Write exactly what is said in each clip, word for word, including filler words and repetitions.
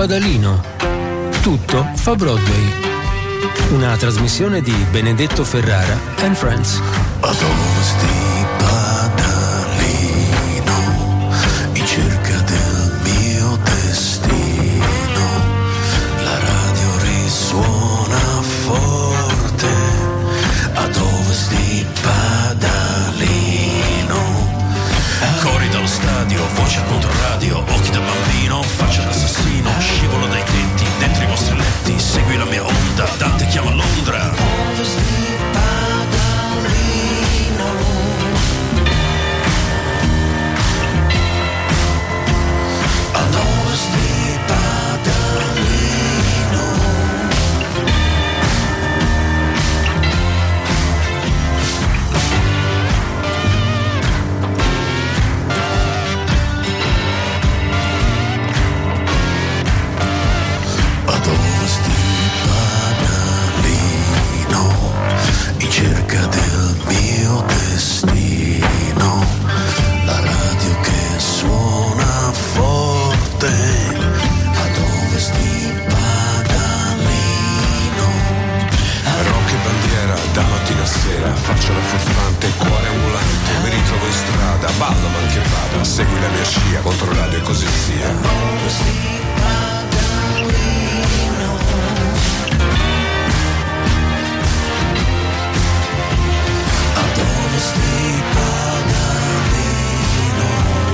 Padalino. Tutto fa Broadway. Una trasmissione di Benedetto Ferrara and Friends. Ad ovest di Padalino, in cerca del mio destino, la radio risuona forte. Ad ovest di Padalino, cori dallo stadio, voce contro radio, occhi da bambino, faccia d'assassino, scivolo dai tetti, dentro i vostri letti, segui la mia onda, Dante chiama Londra. Ad ovest di Padalino, ad ovest di Padalino. Ad ovest di Padalino, in cerca del mio destino, la radio che suona forte. Ad ovest di Padalino, rock e bandiera da mattina a sera, faccio la furfante, cuore ambulante, mi ritrovo in strada, ballo ma che vada, segui la mia scia, contro radio e così sia. Ad ovest di Ad ovest di Padalino.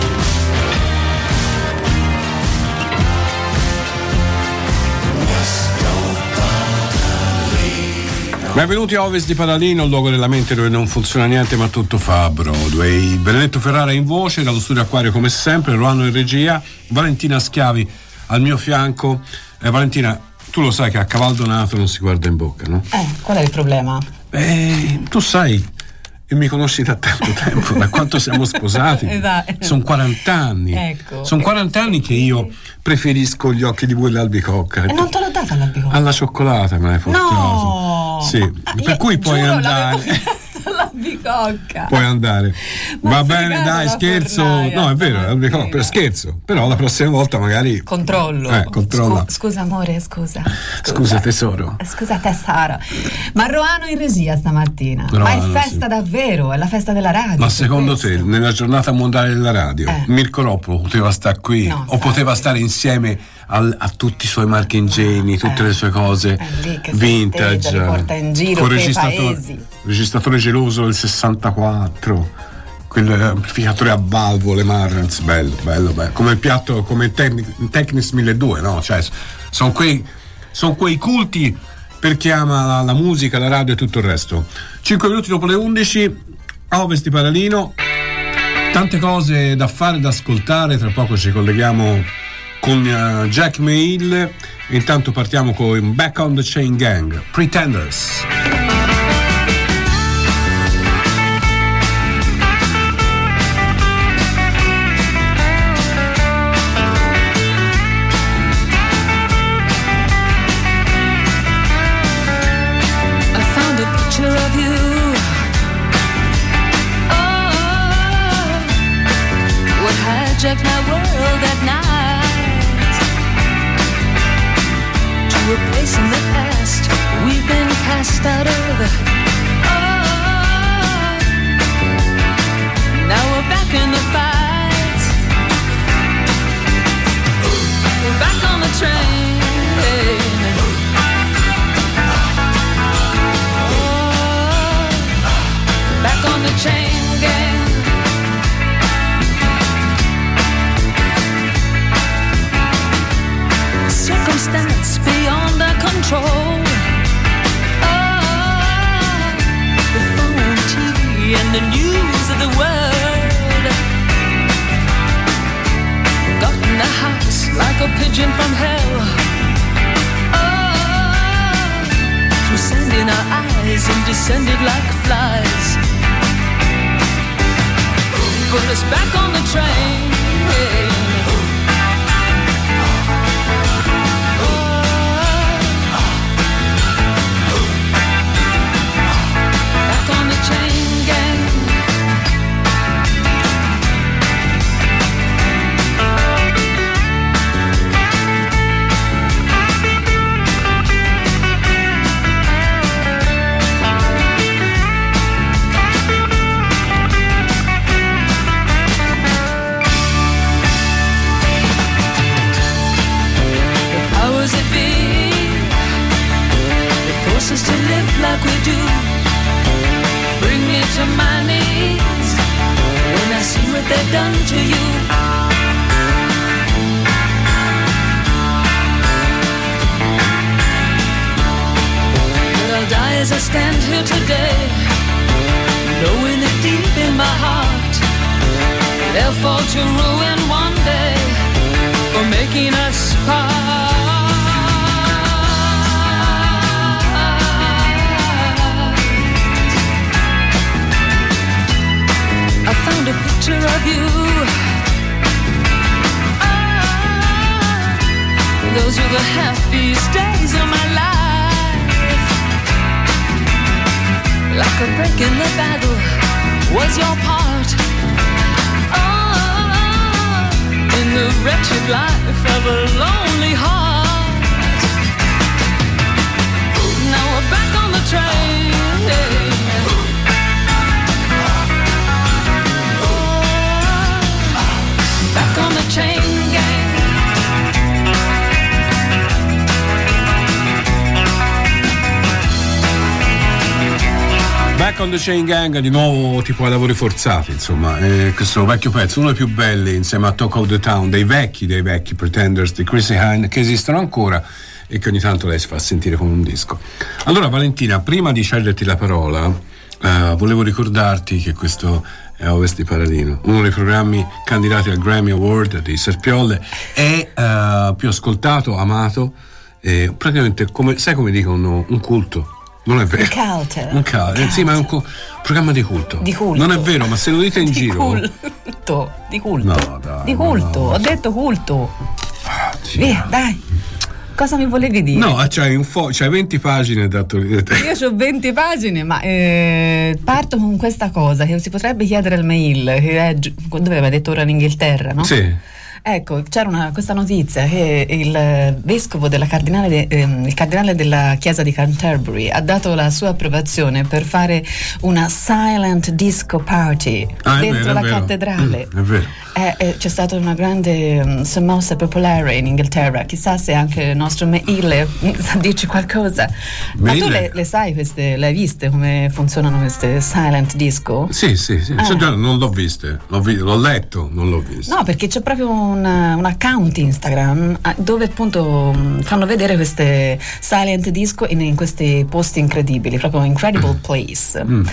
West of Padalino. Benvenuti a Ovest di Padalino, il luogo della mente dove non funziona niente ma tutto fa Broadway. Benedetto Ferrara in voce, dallo studio Acquario come sempre, Ruano in regia, Valentina Schiavi al mio fianco. Eh, Valentina, tu lo sai che a caval donato non si guarda in bocca, no? Eh, qual è il problema? Eh, tu sai, e mi conosci da tanto tempo, da quanto siamo sposati. Esatto. Sono quaranta anni. Ecco. Sono quaranta anni che io preferisco gli occhi di bue all'albicocca. E non te l'ho data all'albicocca? Alla cioccolata me l'hai portato. No! Sì, Ah, per io cui puoi giuro, andare. l'avevo chiesto all'albicocca. Puoi andare. Ma Va sei bene, cagata dai, la scherzo. fornaia, No, è vero, stamattina. l'albicocca, per scherzo. Però la prossima volta magari Controllo. Eh, controlla. Scu- scusa amore, scusa. Scusa tesoro. Scusa tesoro. Ma Roano in regia stamattina. Roano, Ma è festa sì. davvero, è la festa della radio. Ma per secondo te, questo. nella giornata mondiale della radio, Eh. Mirko Roppo poteva stare qui No, o infatti. poteva stare insieme al- a tutti i suoi marchingegni, tutte Eh. le sue cose È lì che vintage, festeggia, li porta in giro col per i registratore, paesi. registratore geloso del sessantaquattro, quel amplificatore a valvole Marantz, bello, bello, bello, come il piatto, come il Technics, Technics milleduecento, no? Cioè, sono quei, son quei culti per chi ama la, la musica, la radio e tutto il resto. cinque minuti dopo le undici, a Ovest di Padalino, tante cose da fare, da ascoltare. Tra poco ci colleghiamo con uh, Jack Mayhill. Intanto partiamo con Back on the Chain Gang, Pretenders. I found a picture of you. Oh, what hijacked my world that night. To a place in the past we've been cast out of. Oh, now we're back in the fight. We're back on the train. Back on the chain gang. Circumstance beyond our control. Oh, the phone, T V, and the news of the world. Got in the house like a pigeon from hell. Oh, through sand in our eyes and descended like flies. Put us back on the train. Back on the chain gang. like we do bring me to my knees when I see what they've done to you. But I'll die as I stand here today, knowing that deep in my heart they'll fall to ruin one day for making us part. I found a picture of you. Ah, those were the happiest days of my life. Like a break in the battle was your part. Ah, in the wretched life of a lonely heart. Now we're back on the train. Back on the chain gang. Back on the Chain Gang, di nuovo tipo ai lavori forzati, insomma, eh, questo vecchio pezzo, uno dei più belli insieme a Talk of the Town, dei vecchi, dei vecchi Pretenders di Chrissie Hynde, che esistono ancora e che ogni tanto lei si fa sentire come un disco. Allora Valentina, prima di cederti la parola, eh, volevo ricordarti che questo è Ovest di Paradino, uno dei programmi candidati al Grammy Award di Serpiolle, è uh, più ascoltato, amato, eh, praticamente come, sai come dicono, un culto. Non è vero. Un cult. Un cult. Eh, sì, ma è un, co- programma di culto. Di culto. Non è vero, ma se lo dite in di giro. Culto. Di culto. No, dai, di culto. no. Ho detto culto. Ah, Via, dai. Cosa mi volevi dire? No, c'hai, un fo- c'hai venti pagine dato di te. Io ho venti pagine, ma eh, parto con questa cosa che si potrebbe chiedere al mail, che è, dove aveva detto ora in Inghilterra, no? Sì. Ecco, c'era una, questa notizia che il vescovo della cardinale, de, ehm, il cardinale della chiesa di Canterbury ha dato la sua approvazione per fare una silent disco party ah, dentro vero, la è cattedrale. Mm, è vero. Eh, eh, c'è stata una grande um, sommossa popolare in Inghilterra, chissà se anche il nostro mail sa dirci qualcosa. Ma tu le, le sai queste, le hai viste come funzionano queste silent disco? Sì, sì, sì. Ah. Cioè, non l'ho viste, l'ho, vi- l'ho letto, non l'ho visto. No, perché c'è proprio un, un account Instagram dove appunto fanno vedere queste silent disco in, in questi posti incredibili, proprio incredible place. Mm.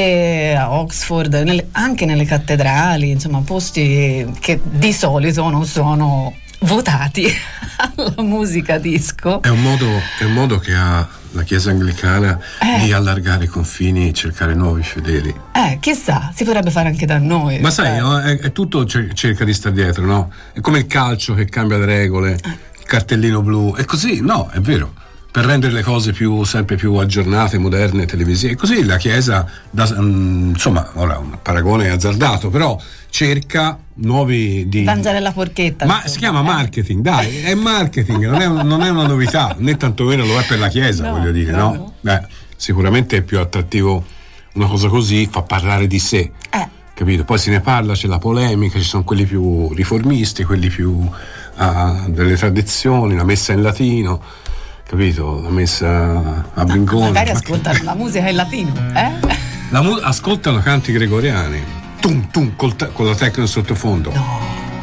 E a Oxford, nelle, anche nelle cattedrali, insomma, posti che di solito non sono votati alla musica disco. È un modo, è un modo che ha la Chiesa anglicana eh. di allargare i confini e cercare nuovi fedeli. Eh, chissà, si potrebbe fare anche da noi. Ma sai, eh. no? è, è tutto cer- cerca di stare dietro, no? È come il calcio che cambia le regole, il cartellino blu, è così, no, è vero. Per rendere le cose più, sempre più aggiornate, moderne, televisive. E così la Chiesa, da, um, insomma, ora un paragone azzardato, però cerca nuovi di mangiare la porchetta. Ma insomma, si chiama eh. marketing, dai, è marketing, non è, non è una novità, né tantomeno lo è per la Chiesa, No, voglio dire, no, no? no. Beh, sicuramente è più attrattivo una cosa così, fa parlare di sé. Eh. Capito? Poi se ne parla, c'è la polemica, ci sono quelli più riformisti, quelli più uh, delle tradizioni, la messa in latino. Capito? La messa a Bingone. Magari ascoltano la musica in latino, eh? La mu- ascoltano canti gregoriani. Tum tum col te- con la tecno in sottofondo. No.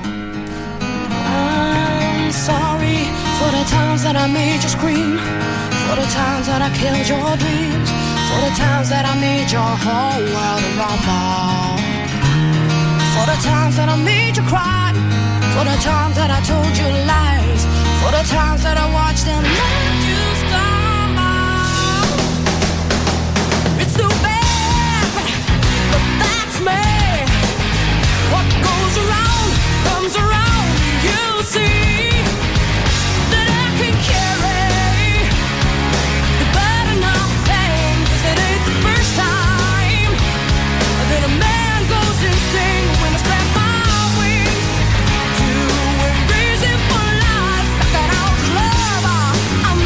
I'm sorry for the times that I made you scream, for the times that I killed your dreams, for the times that I made your whole world rumble, for the times that I made you cry, for the times that I told you lies, for the times that I watched and let you stumble. It's too bad, but that's me. What goes around comes around. You see that I can carry the burden of pain, 'cause it ain't the first time that a man goes insane. When I spread my wings to a reason for life, I got out love. I'm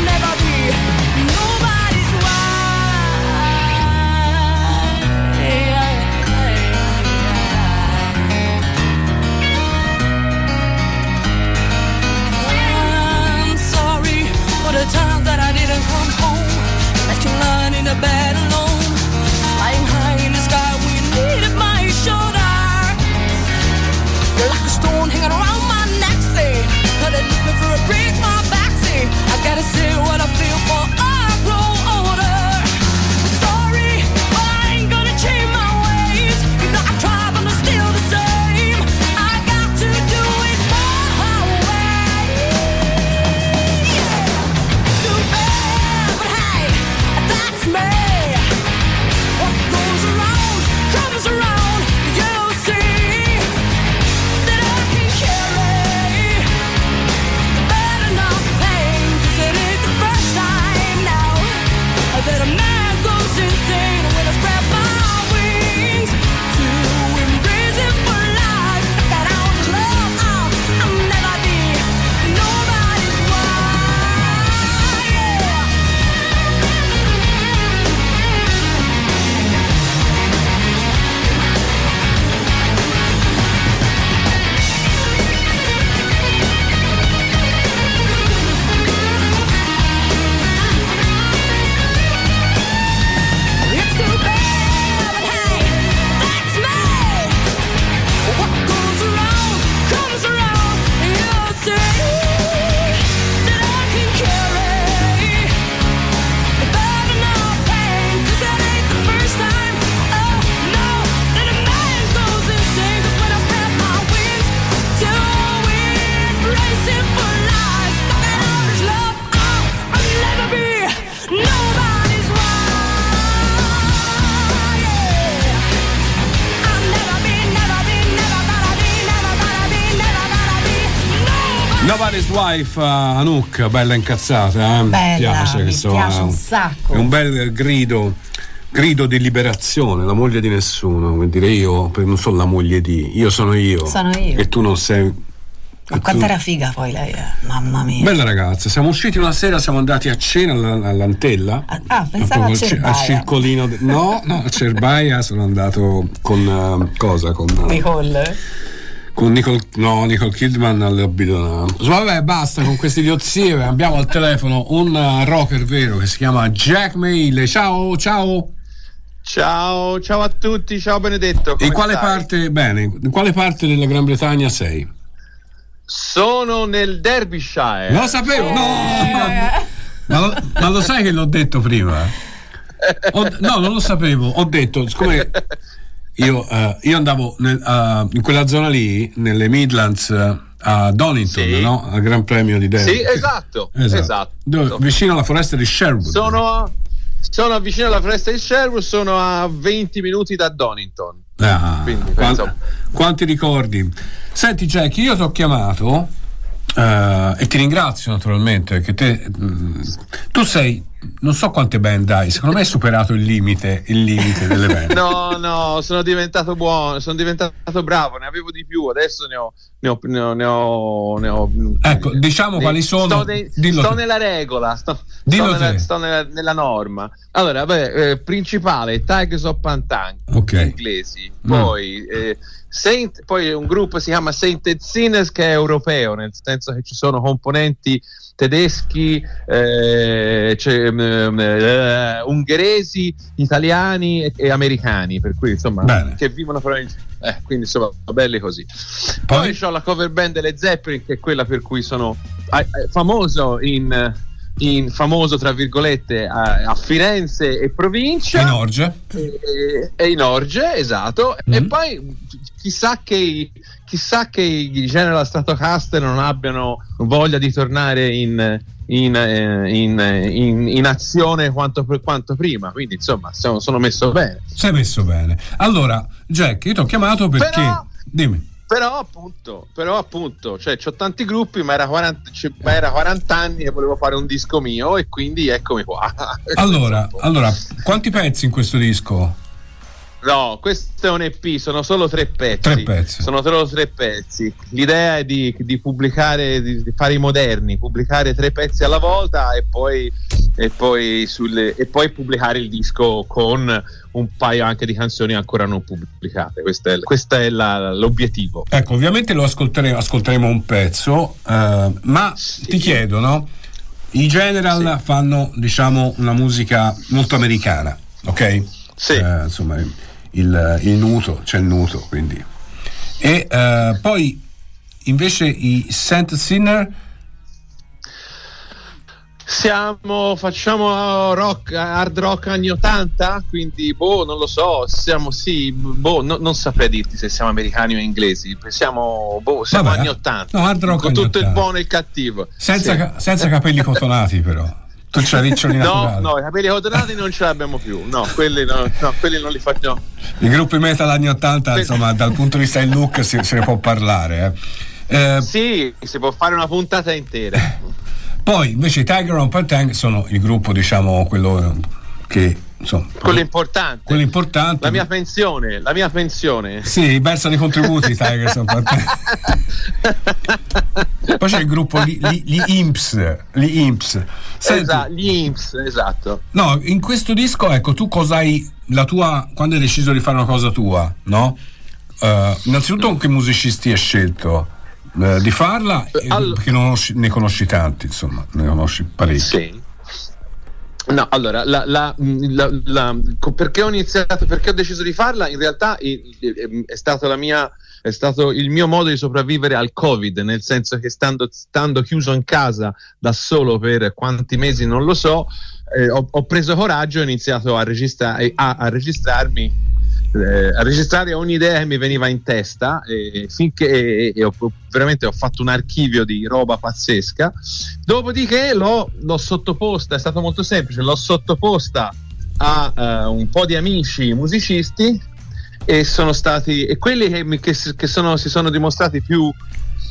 Nobody's Wife, uh, Anouk, bella incazzata, eh? Bella, piace, mi so, piace uh, un sacco. È un bel grido, grido di liberazione, la moglie di nessuno, vuol dire io non sono la moglie di, io sono io. Sono io. E tu non sei. Ma quanto era figa poi lei, eh? Mamma mia. Bella ragazza, siamo usciti una sera, siamo andati a cena all'Antella. Ah, pensavo a Cerbaia. Al circolino. De... No, no, a Cerbaia sono andato con uh, cosa? Con uh, Nicole. Con Nicole, no, Nicole Kidman all'Abidona. Vabbè, basta con queste idiozie. Abbiamo al telefono un uh, rocker vero che si chiama Jack Maile. Ciao, ciao. Ciao, ciao a tutti, ciao Benedetto. In quale stai? parte, bene, in quale parte della Gran Bretagna sei? Sono nel Derbyshire. Lo sapevo, no, no. Ma, lo, ma lo sai che l'ho detto prima? Ho, no, non lo sapevo. Ho detto, siccome io, uh, io andavo nel, uh, in quella zona lì, nelle Midlands, uh, a Donington, sì. No? Al Gran Premio di Derby. Sì, esatto, esatto. esatto. Dove, vicino alla foresta di Sherwood. Sono, sono vicino alla foresta di Sherwood, sono a venti minuti da Donington. Ah, quanti, quanti ricordi. Senti Jack, io ti ho chiamato uh, e ti ringrazio naturalmente perché te mh, tu sei, non so quante band hai, secondo me hai superato il limite il limite delle band. No, no, sono diventato buono, sono diventato bravo, ne avevo di più, adesso ne ho ne ho, ne ho, ne ho, ne ho ecco, diciamo ne, quali sono. Sto, ne, sto nella regola, sto, sto, nella, sto nella, nella norma. Allora, beh, eh, principale Tigers of Pantang, okay. Inglesi, poi mm. eh, Saint, poi un gruppo si chiama Sainted Sinners che è europeo, nel senso che ci sono componenti tedeschi, eh, cioè, eh, ungheresi, italiani e, e americani, per cui insomma Bene. Che vivono però in, eh, quindi insomma belli così. Poi, poi ho la cover band delle Zeppelin, che è quella per cui sono eh, famoso in, in famoso tra virgolette a, a Firenze e provincia, in Orge e, e in Orge, esatto. Mm-hmm. E poi chissà che chissà che i General Stratocaster non abbiano voglia di tornare in in, in, in, in azione quanto, quanto prima, quindi insomma sono, sono messo bene. Sei messo bene. Allora Jack, io ti ho chiamato perché però, dimmi. Però appunto, però appunto, cioè c'ho tanti gruppi, ma era quaranta, cioè, ma era quaranta anni e volevo fare un disco mio e quindi eccomi qua. Allora, allora, quanti pezzi in questo disco? No, questo è un E P, sono solo tre pezzi. Tre pezzi. Sono solo tre pezzi. L'idea è di, di pubblicare, di, di fare i moderni, pubblicare tre pezzi alla volta e poi, e poi sulle, e poi pubblicare il disco con un paio anche di canzoni ancora non pubblicate. Questo è, questo è la, l'obiettivo. Ecco, ovviamente lo ascolteremo, ascolteremo un pezzo, uh, ma sì. Ti chiedo, no? I General sì. fanno, diciamo, una musica molto americana, ok? Sì. Uh, insomma, il, il nuto, c'è il nuto, quindi. E uh, poi invece i Saint Sinner siamo facciamo rock, hard rock anni ottanta, quindi boh, non lo so, siamo sì, boh, no, non saprei dirti se siamo americani o inglesi, siamo boh, siamo Vabbè, anni ottanta. No, hard rock con tutto ottanta. Il buono e il cattivo. Senza, sì. ca- senza capelli cotonati però. Tu c'hai riccioli naturali. No, no, i capelli cotonati non ce l'abbiamo più. No, quelli no, no quelli non li facciamo. I gruppi metal anni ottanta, que- insomma, dal punto di vista del look si, se ne può parlare. Eh. Eh, sì, si può fare una puntata intera. Poi invece i Tiger on Pantang sono il gruppo, diciamo, quello che insomma, quello importante. Quello importante. La mia pensione, la mia pensione. Sì, versano i contributi i Tiger on Pantang. Poi c'è il gruppo gli, gli, gli Imps, gli Imps. Senti, esatto, gli Imps, esatto. No, in questo disco, ecco, tu cosa hai la tua quando hai deciso di fare una cosa tua, no? Uh, innanzitutto con che musicisti hai scelto? Uh, di farla All... perché non conosci, ne conosci tanti, insomma, ne conosci parecchi. Sì. No, allora, la, la, la, la, perché ho iniziato, perché ho deciso di farla? In realtà è, è stata la mia, è stato il mio modo di sopravvivere al Covid, nel senso che stando, stando chiuso in casa da solo per quanti mesi non lo so, eh, ho, ho preso coraggio e ho iniziato a, registra- a, a registrarmi. Eh, a registrare ogni idea che mi veniva in testa e finché e, e ho, veramente ho fatto un archivio di roba pazzesca, dopodiché l'ho, l'ho sottoposta, è stato molto semplice, l'ho sottoposta a uh, un po' di amici musicisti e sono stati e quelli che, mi, che, che sono, si sono dimostrati più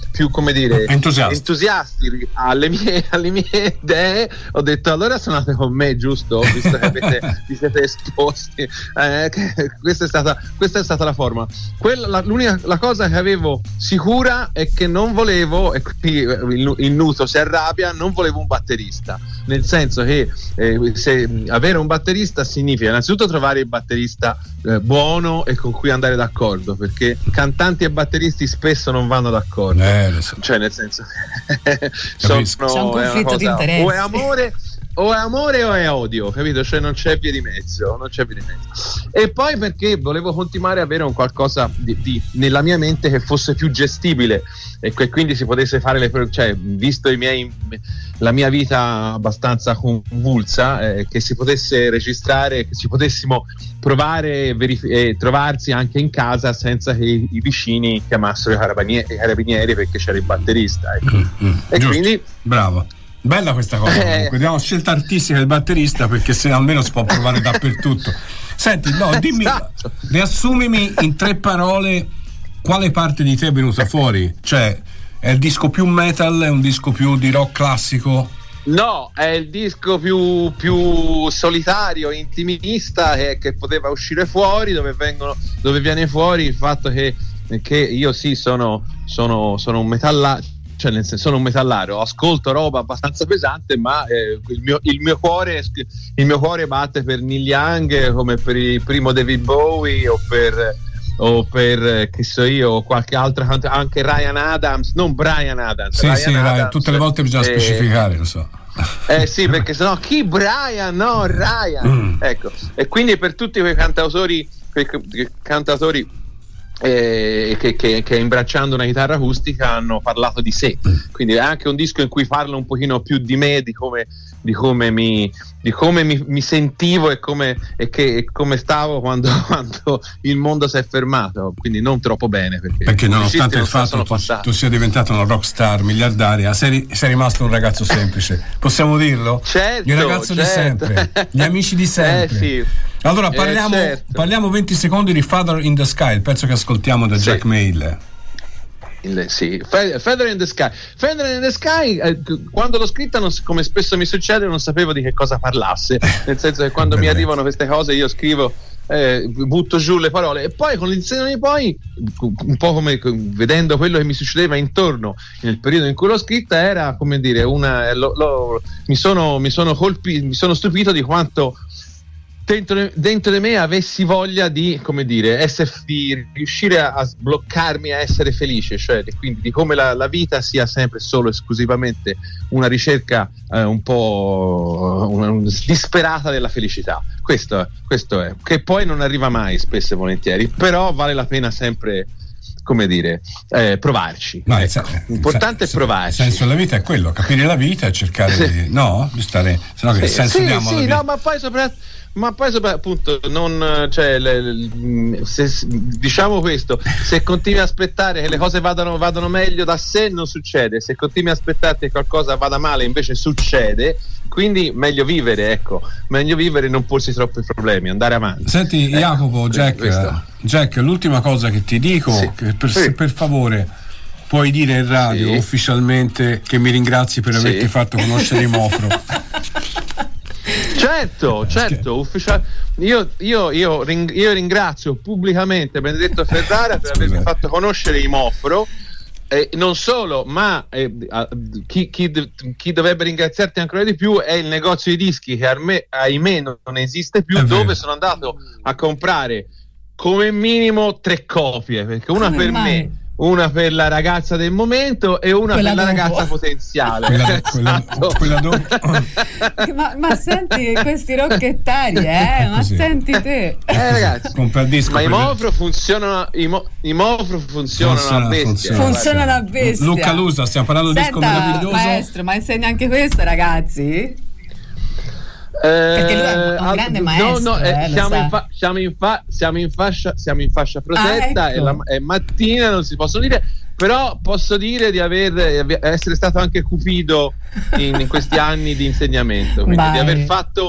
più come dire entusiasti, entusiasti alle, mie, alle mie idee, ho detto allora suonate con me, giusto? Visto che avete, vi siete esposti, eh, che questa, è stata, questa è stata la forma. Quella, la, l'unica la cosa che avevo sicura è che non volevo, e qui il, il Nuto si arrabbia, non volevo un batterista, nel senso che eh, se avere un batterista significa innanzitutto trovare il batterista eh, buono e con cui andare d'accordo, perché cantanti e batteristi spesso non vanno d'accordo, eh, so. Cioè nel senso sono, c'è un conflitto cosa, di interessi, o è amore o è amore o è odio, capito? Cioè non c'è via di mezzo, non c'è via di mezzo. E poi perché volevo continuare a avere un qualcosa di, di nella mia mente che fosse più gestibile e che quindi si potesse fare le, cioè visto i miei la mia vita abbastanza convulsa, eh, che si potesse registrare, che ci potessimo provare e, verif- e trovarsi anche in casa senza che i, i vicini chiamassero i carabinieri, i carabinieri perché c'era il batterista, ecco. mm, mm, e giusto. Quindi bravo. Bella questa cosa, eh. Abbiamo scelta artistica del batterista perché se almeno si può provare dappertutto. Senti, no, dimmi, esatto. Riassumimi in tre parole quale parte di te è venuta fuori, cioè è il disco più metal, è un disco più di rock classico? No, è il disco più, più solitario, intimista che, che poteva uscire fuori, dove vengono, dove viene fuori il fatto che, che io sì sono, sono, sono un metallaro, cioè nel senso sono un metallaro, ascolto roba abbastanza pesante, ma eh, il, mio, il mio cuore il mio cuore batte per Neil Young come per il primo David Bowie o per o per che so io qualche altro, anche Ryan Adams, non Brian Adams, sì, Ryan sì, Adams, tutte le volte bisogna eh, specificare, lo so. Eh sì, perché sennò chi Brian? No, Ryan. Mm. Ecco, e quindi per tutti quei cantautori quei, quei cantautori Eh, che, che, che imbracciando una chitarra acustica hanno parlato di sé, quindi è anche un disco in cui parlo un pochino più di me, di come, di come, mi, di come mi, mi sentivo e come, e che, e come stavo quando, quando il mondo si è fermato, quindi non troppo bene perché, perché nonostante il fatto tu, tu sia diventato una rockstar miliardaria sei, sei rimasto un ragazzo semplice, possiamo dirlo? Certo, il ragazzo certo. di sempre, gli amici di sempre. Eh sì. Allora parliamo, eh, certo. parliamo venti secondi di Father in the Sky, il pezzo che ascoltiamo da sì. Jack Mayall. Il, sì, Feather in the Sky. Feather in the Sky, eh, quando l'ho scritta, non, come spesso mi succede, non sapevo di che cosa parlasse. Nel senso che quando mi arrivano queste cose, io scrivo, eh, butto giù le parole, e poi con l'insieme di poi, un po' come vedendo quello che mi succedeva intorno nel periodo in cui l'ho scritta, era come dire, una. Lo, lo, mi sono, mi sono colpito, mi sono stupito di quanto. Dentro, dentro di me avessi voglia di, come dire, essere, di riuscire a, a sbloccarmi a essere felice, cioè di, quindi di come la, la vita sia sempre solo esclusivamente una ricerca eh, un po' una, una disperata della felicità. Questo è, questo è, che poi non arriva mai spesso e volentieri, però vale la pena sempre, come dire, eh, provarci. Ma ecco. se, L'importante se, è provarci. Il senso della vita è quello, capire la vita e cercare sì. di no, di stare, sennò che sì, il senso sì, diamo sì, alla vita. no, ma poi soprattutto Ma poi appunto non, cioè, le, le, se, diciamo questo, se continui a aspettare che le cose vadano, vadano meglio da sé non succede, se continui a aspettare che qualcosa vada male invece succede, quindi meglio vivere, ecco, meglio vivere e non porsi troppi problemi, andare avanti. Senti ecco, Jacopo, Jack, Jack, l'ultima cosa che ti dico, sì. che per, sì. per favore puoi dire in radio sì. ufficialmente che mi ringrazi per averti sì. fatto conoscere i Mofro. Certo, certo, ufficial- io, io, io, ring- io ringrazio pubblicamente Benedetto Ferrara per avermi fatto conoscere i Mofro, eh, non solo, ma eh, chi, chi, chi dovrebbe ringraziarti ancora di più è il negozio di dischi che ahimè, ahimè non esiste più, dove sono andato a comprare come minimo tre copie, perché una Come per mai? me, una per la ragazza del momento e una Quella per la dopo. ragazza potenziale. Quella, quella, Esatto. quella dopo. ma, ma senti questi rocchettari, eh? Ma Così. senti te. Eh ragazzi, Compra il disco ma i per- Mofro funzionano, i, mo- i Mofro funzionano Funziona, a bestia. funziona. Funziona la bestia. Luca Lusa, stiamo parlando di disco Senta, meraviglioso. maestro, ma insegna anche questo, ragazzi? Eh, Perché lui è un al- grande no, maestro, no, eh, eh, lo siamo, sa. in fa- siamo, in fa- siamo in fascia siamo in fascia protetta, Ah, ecco. è, la- è mattina, non si possono dire, però posso dire di aver di essere stato anche cupido in, in questi anni di insegnamento, quindi Vai. di aver fatto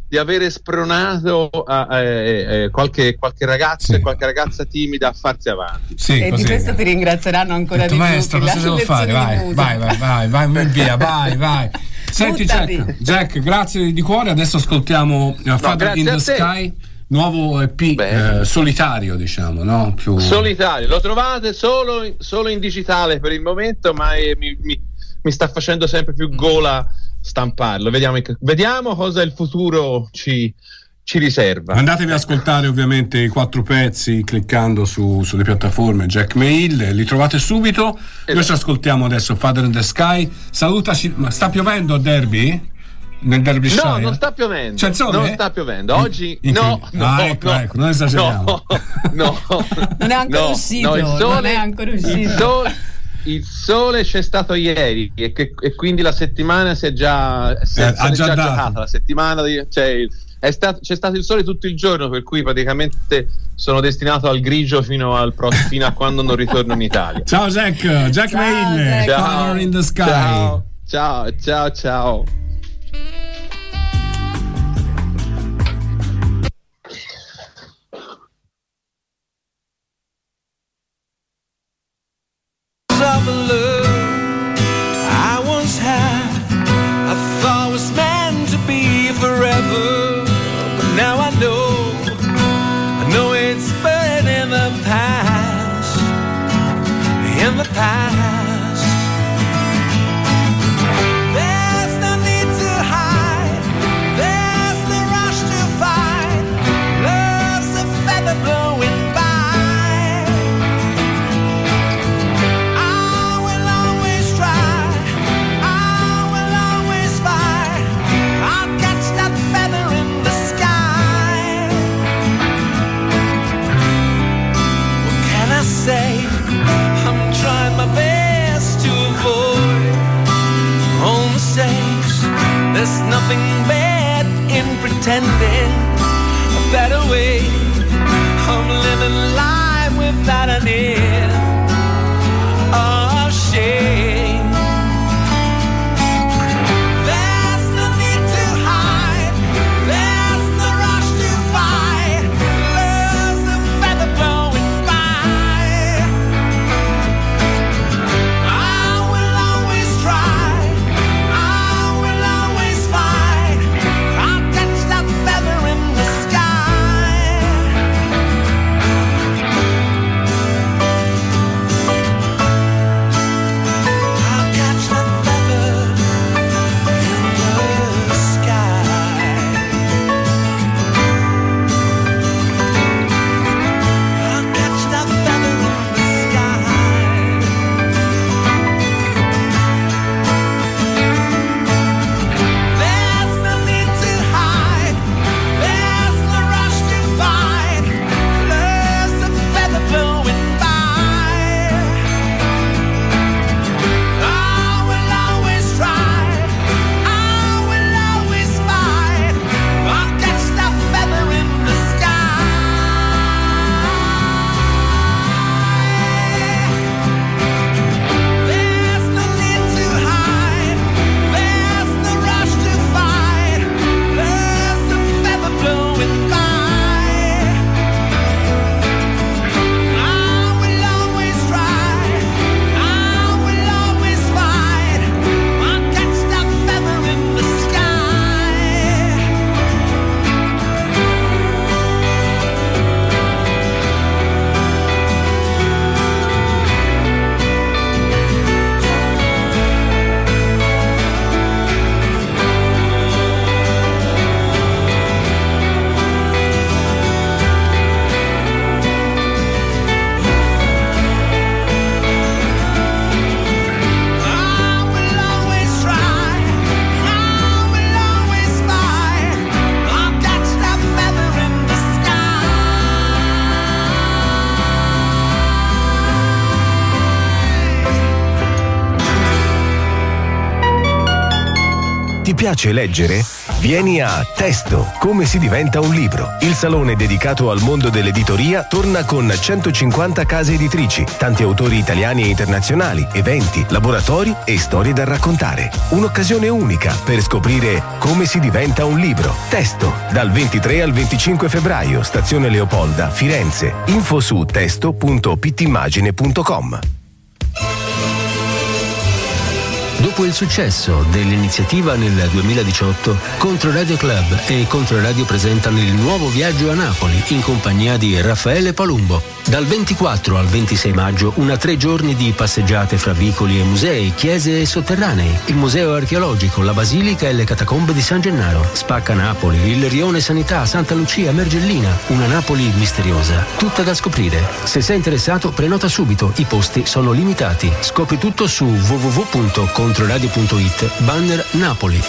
di avere spronato a, a, a, a qualche, qualche ragazzo e Sì. qualche ragazza timida a farsi avanti. Sì, E così. di questo ti ringrazieranno ancora Detto, di più. maestro, che cosa la devo fare? lezione di Vai, musica. vai, vai, vai, vai, via, vai, vai. Senti Buttati. Jack, Jack, grazie di cuore. Adesso ascoltiamo uh, Father grazie in the a te. Sky, nuovo E P Bene. eh, solitario, diciamo, no? Più... Solitario, lo trovate solo in, solo in digitale per il momento, ma è- mi, mi- mi sta facendo sempre più gola stamparlo. Vediamo, in- vediamo cosa il futuro ci, ci riserva. Andatevi ad ascoltare ovviamente i quattro pezzi cliccando su, sulle piattaforme Jack Mail, li trovate subito. Noi ci ascoltiamo adesso Father in the Sky. Salutaci, ma sta piovendo a Derby? Nel Derbyshire? No, non sta piovendo. C'è il sole? Non sta piovendo. Oggi In- no, in- no, ah, ecco, no, ecco, non esageriamo. No, no, Non è ancora no, uscito, no, il sole, non è ancora uscito. Il sole, il sole c'è stato ieri e, che, e quindi la settimana si è già, si è, Eh, se ha n'è già già dato. giocata. La settimana di, cioè, il- è stato, c'è stato il sole tutto il giorno, per cui praticamente sono destinato al grigio fino, al pro- fino a quando non ritorno in Italia. Ciao Jack, Jack Ciao, Mail, Jack. Father in the Sky. Ciao, ciao, ciao, ciao. Of the love I once had, I thought was meant to be forever, but now I know, I know it's buried in the past, in the past. There's no need to hide, there's no rush to fight, love's a feather blowing by. I'm trying my best to avoid all mistakes. There's nothing bad in pretending a better way. I'm living life without an end of shame. There's no need to hide, there's no rush to fight, love's a feather blowing. piace leggere? Vieni a Testo, come si diventa un libro. Il salone dedicato al mondo dell'editoria torna con centocinquanta case editrici, tanti autori italiani e internazionali, eventi, laboratori e storie da raccontare. Un'occasione unica per scoprire come si diventa un libro. Testo, dal ventitré al venticinque febbraio, stazione Leopolda, Firenze. Info su testo punto pittimmagine punto com. Dopo il successo dell'iniziativa nel duemiladiciotto, Controradio Club e Controradio presentano il nuovo viaggio a Napoli in compagnia di Raffaele Palumbo. Dal ventiquattro al ventisei maggio, una tre giorni di passeggiate fra vicoli e musei, chiese e sotterranei, il museo archeologico, la basilica e le catacombe di San Gennaro, Spacca Napoli, il rione Sanità, Santa Lucia, Mergellina, una Napoli misteriosa, tutta da scoprire. Se sei interessato, prenota subito, i posti sono limitati. Scopri tutto su w w w punto controradio punto it, banner Napoli.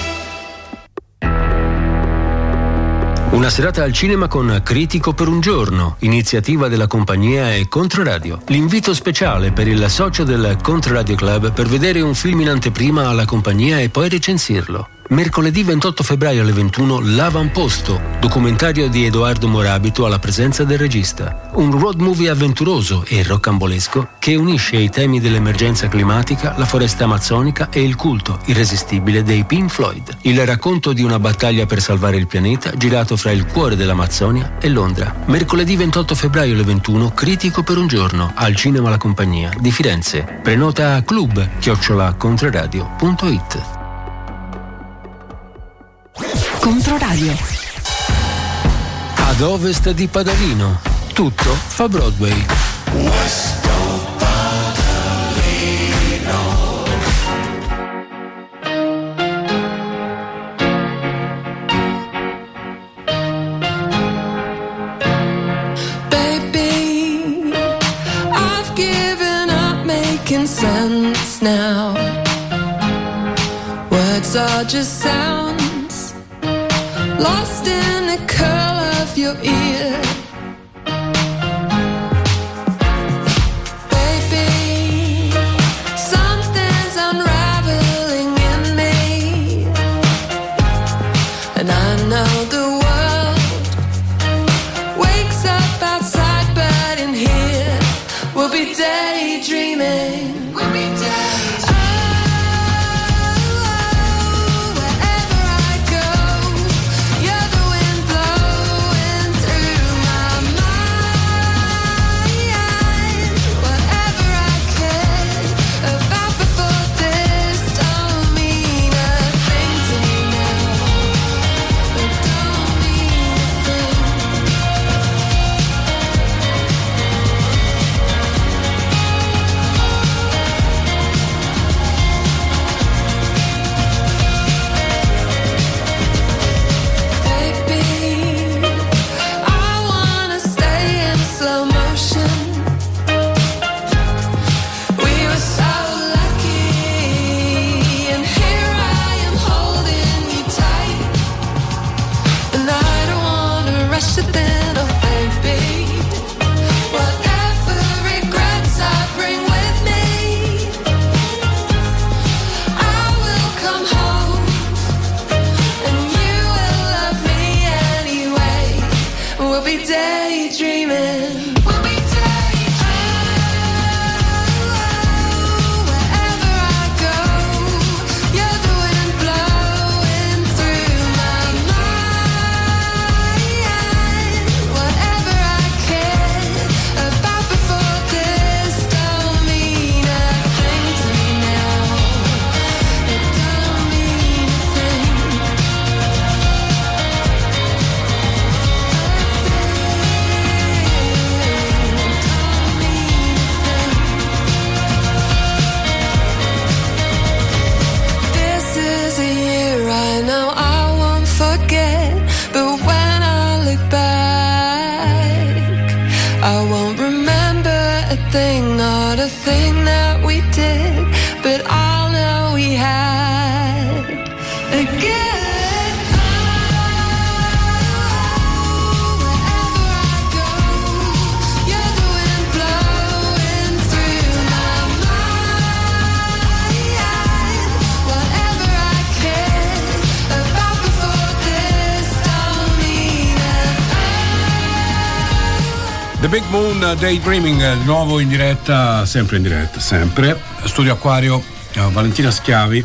Una serata al cinema con Critico per un giorno, iniziativa della compagnia e Controradio. L'invito speciale per il socio del Controradio Club per vedere un film in anteprima alla compagnia e poi recensirlo. Mercoledì ventotto febbraio alle ventuno, L'Avamposto, documentario di Edoardo Morabito alla presenza del regista. Un road movie avventuroso e roccambolesco che unisce i temi dell'emergenza climatica, la foresta amazzonica e il culto irresistibile dei Pink Floyd. Il racconto di una battaglia per salvare il pianeta girato fra il cuore dell'Amazzonia e Londra. Mercoledì ventotto febbraio alle ventuno, Critico per un giorno, al Cinema La Compagnia di Firenze. Prenota a club chiocciola controradio punto it. Controradio. Ad ovest di Padalino, tutto fa Broadway. Baby, I've given up making sense now. Words are just sound lost in the curl of your ear. Baby, something's unraveling in me, and I know the world wakes up outside, but in here we'll be daydreaming. We'll be daydreaming. Through The Big Moon Daydreaming, nuovo in diretta, sempre in diretta, sempre. Studio Acquario, Valentina Schiavi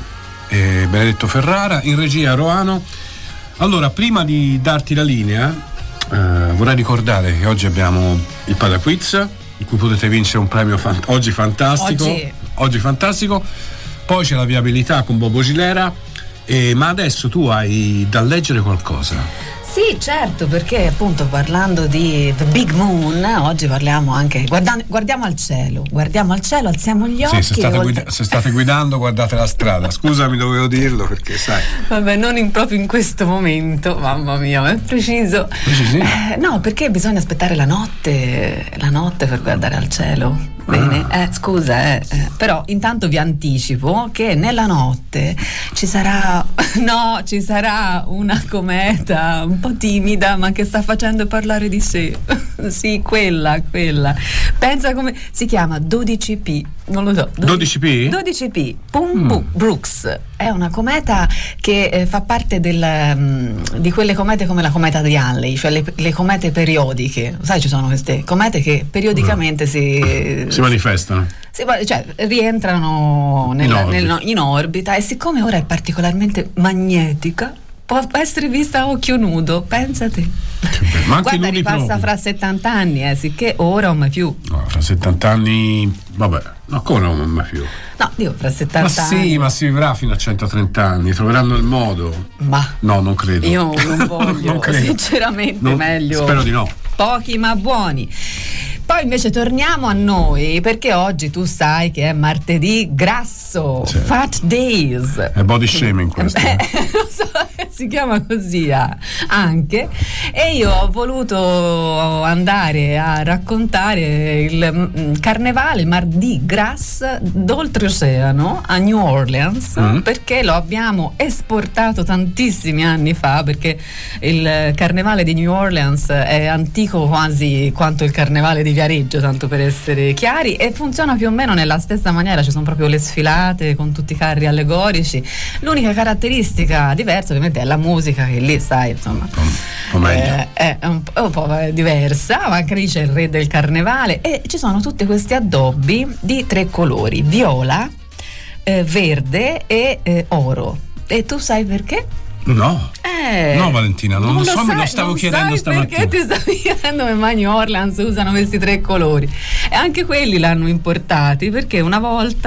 e Benedetto Ferrara, in regia Roano. Allora, prima di darti la linea, eh, vorrei ricordare che oggi abbiamo il Padaquiz, in cui potete vincere un premio fant- oggi fantastico. Oggi. oggi fantastico. Poi c'è la viabilità con Bobo Gilera, eh, ma adesso tu hai da leggere qualcosa. Sì, certo, perché appunto parlando di The Big Moon, oggi parliamo anche, guardando, guardiamo al cielo, guardiamo al cielo, alziamo gli occhi. Sì, se state, oltre... guida- se state guidando guardate la strada, scusami, dovevo dirlo perché sai. Vabbè, non in, proprio in questo momento, mamma mia, è preciso. Precisi? Eh, no, perché bisogna aspettare la notte, la notte per guardare al cielo. Bene, eh, scusa, eh, eh. Però intanto vi anticipo che nella notte ci sarà, no, ci sarà una cometa un po' timida ma che sta facendo parlare di sé. Sì, quella, quella. Pensa come si chiama, dodici P, non lo so. dodici P? dodici P, Pum mm. Brooks. È una cometa che eh, fa parte del, um, di quelle comete come la cometa di Halley, cioè le, le comete periodiche. Sai, ci sono queste comete che periodicamente mm. si si manifestano, si, cioè rientrano nel, in, orbita. Nel, in orbita, e siccome ora è particolarmente magnetica può essere vista a occhio nudo, pensate. Ma anche guarda, ripassa proprio fra settanta anni, eh, sicché ora o mai più. No, fra settanta anni, vabbè, no, come non mai più? No, dico fra settanta ma anni. Sì, ma si vivrà fino a centotrenta anni, troveranno il modo. Ma no, non credo. Io non voglio, non credo. Sinceramente non, meglio. Spero di no. Pochi ma buoni. Poi invece torniamo a noi, perché oggi tu sai che è martedì grasso, cioè, Fat Days. È body shaming questo. Eh, lo so, si chiama così ah, anche. E io ho voluto andare a raccontare il mm, carnevale, il Mardi Gras d'oltreoceano a New Orleans, mm. perché lo abbiamo esportato tantissimi anni fa, perché il carnevale di New Orleans è antico quasi quanto il carnevale di Viareggio, tanto per essere chiari, e funziona più o meno nella stessa maniera. Ci sono proprio le sfilate con tutti i carri allegorici. L'unica caratteristica diversa ovviamente è la musica, che lì sai insomma un po' eh, è un po', un po' diversa, ma anche lì c'è il re del carnevale, e ci sono tutti questi addobbi di tre colori: viola, eh, verde e eh, oro. E tu sai perché? No, eh, no Valentina, non, non lo so, sai, me lo stavo non chiedendo sai stamattina. Perché ti stavi chiedendo come mai New Orleans usano questi tre colori? E anche quelli l'hanno importati perché una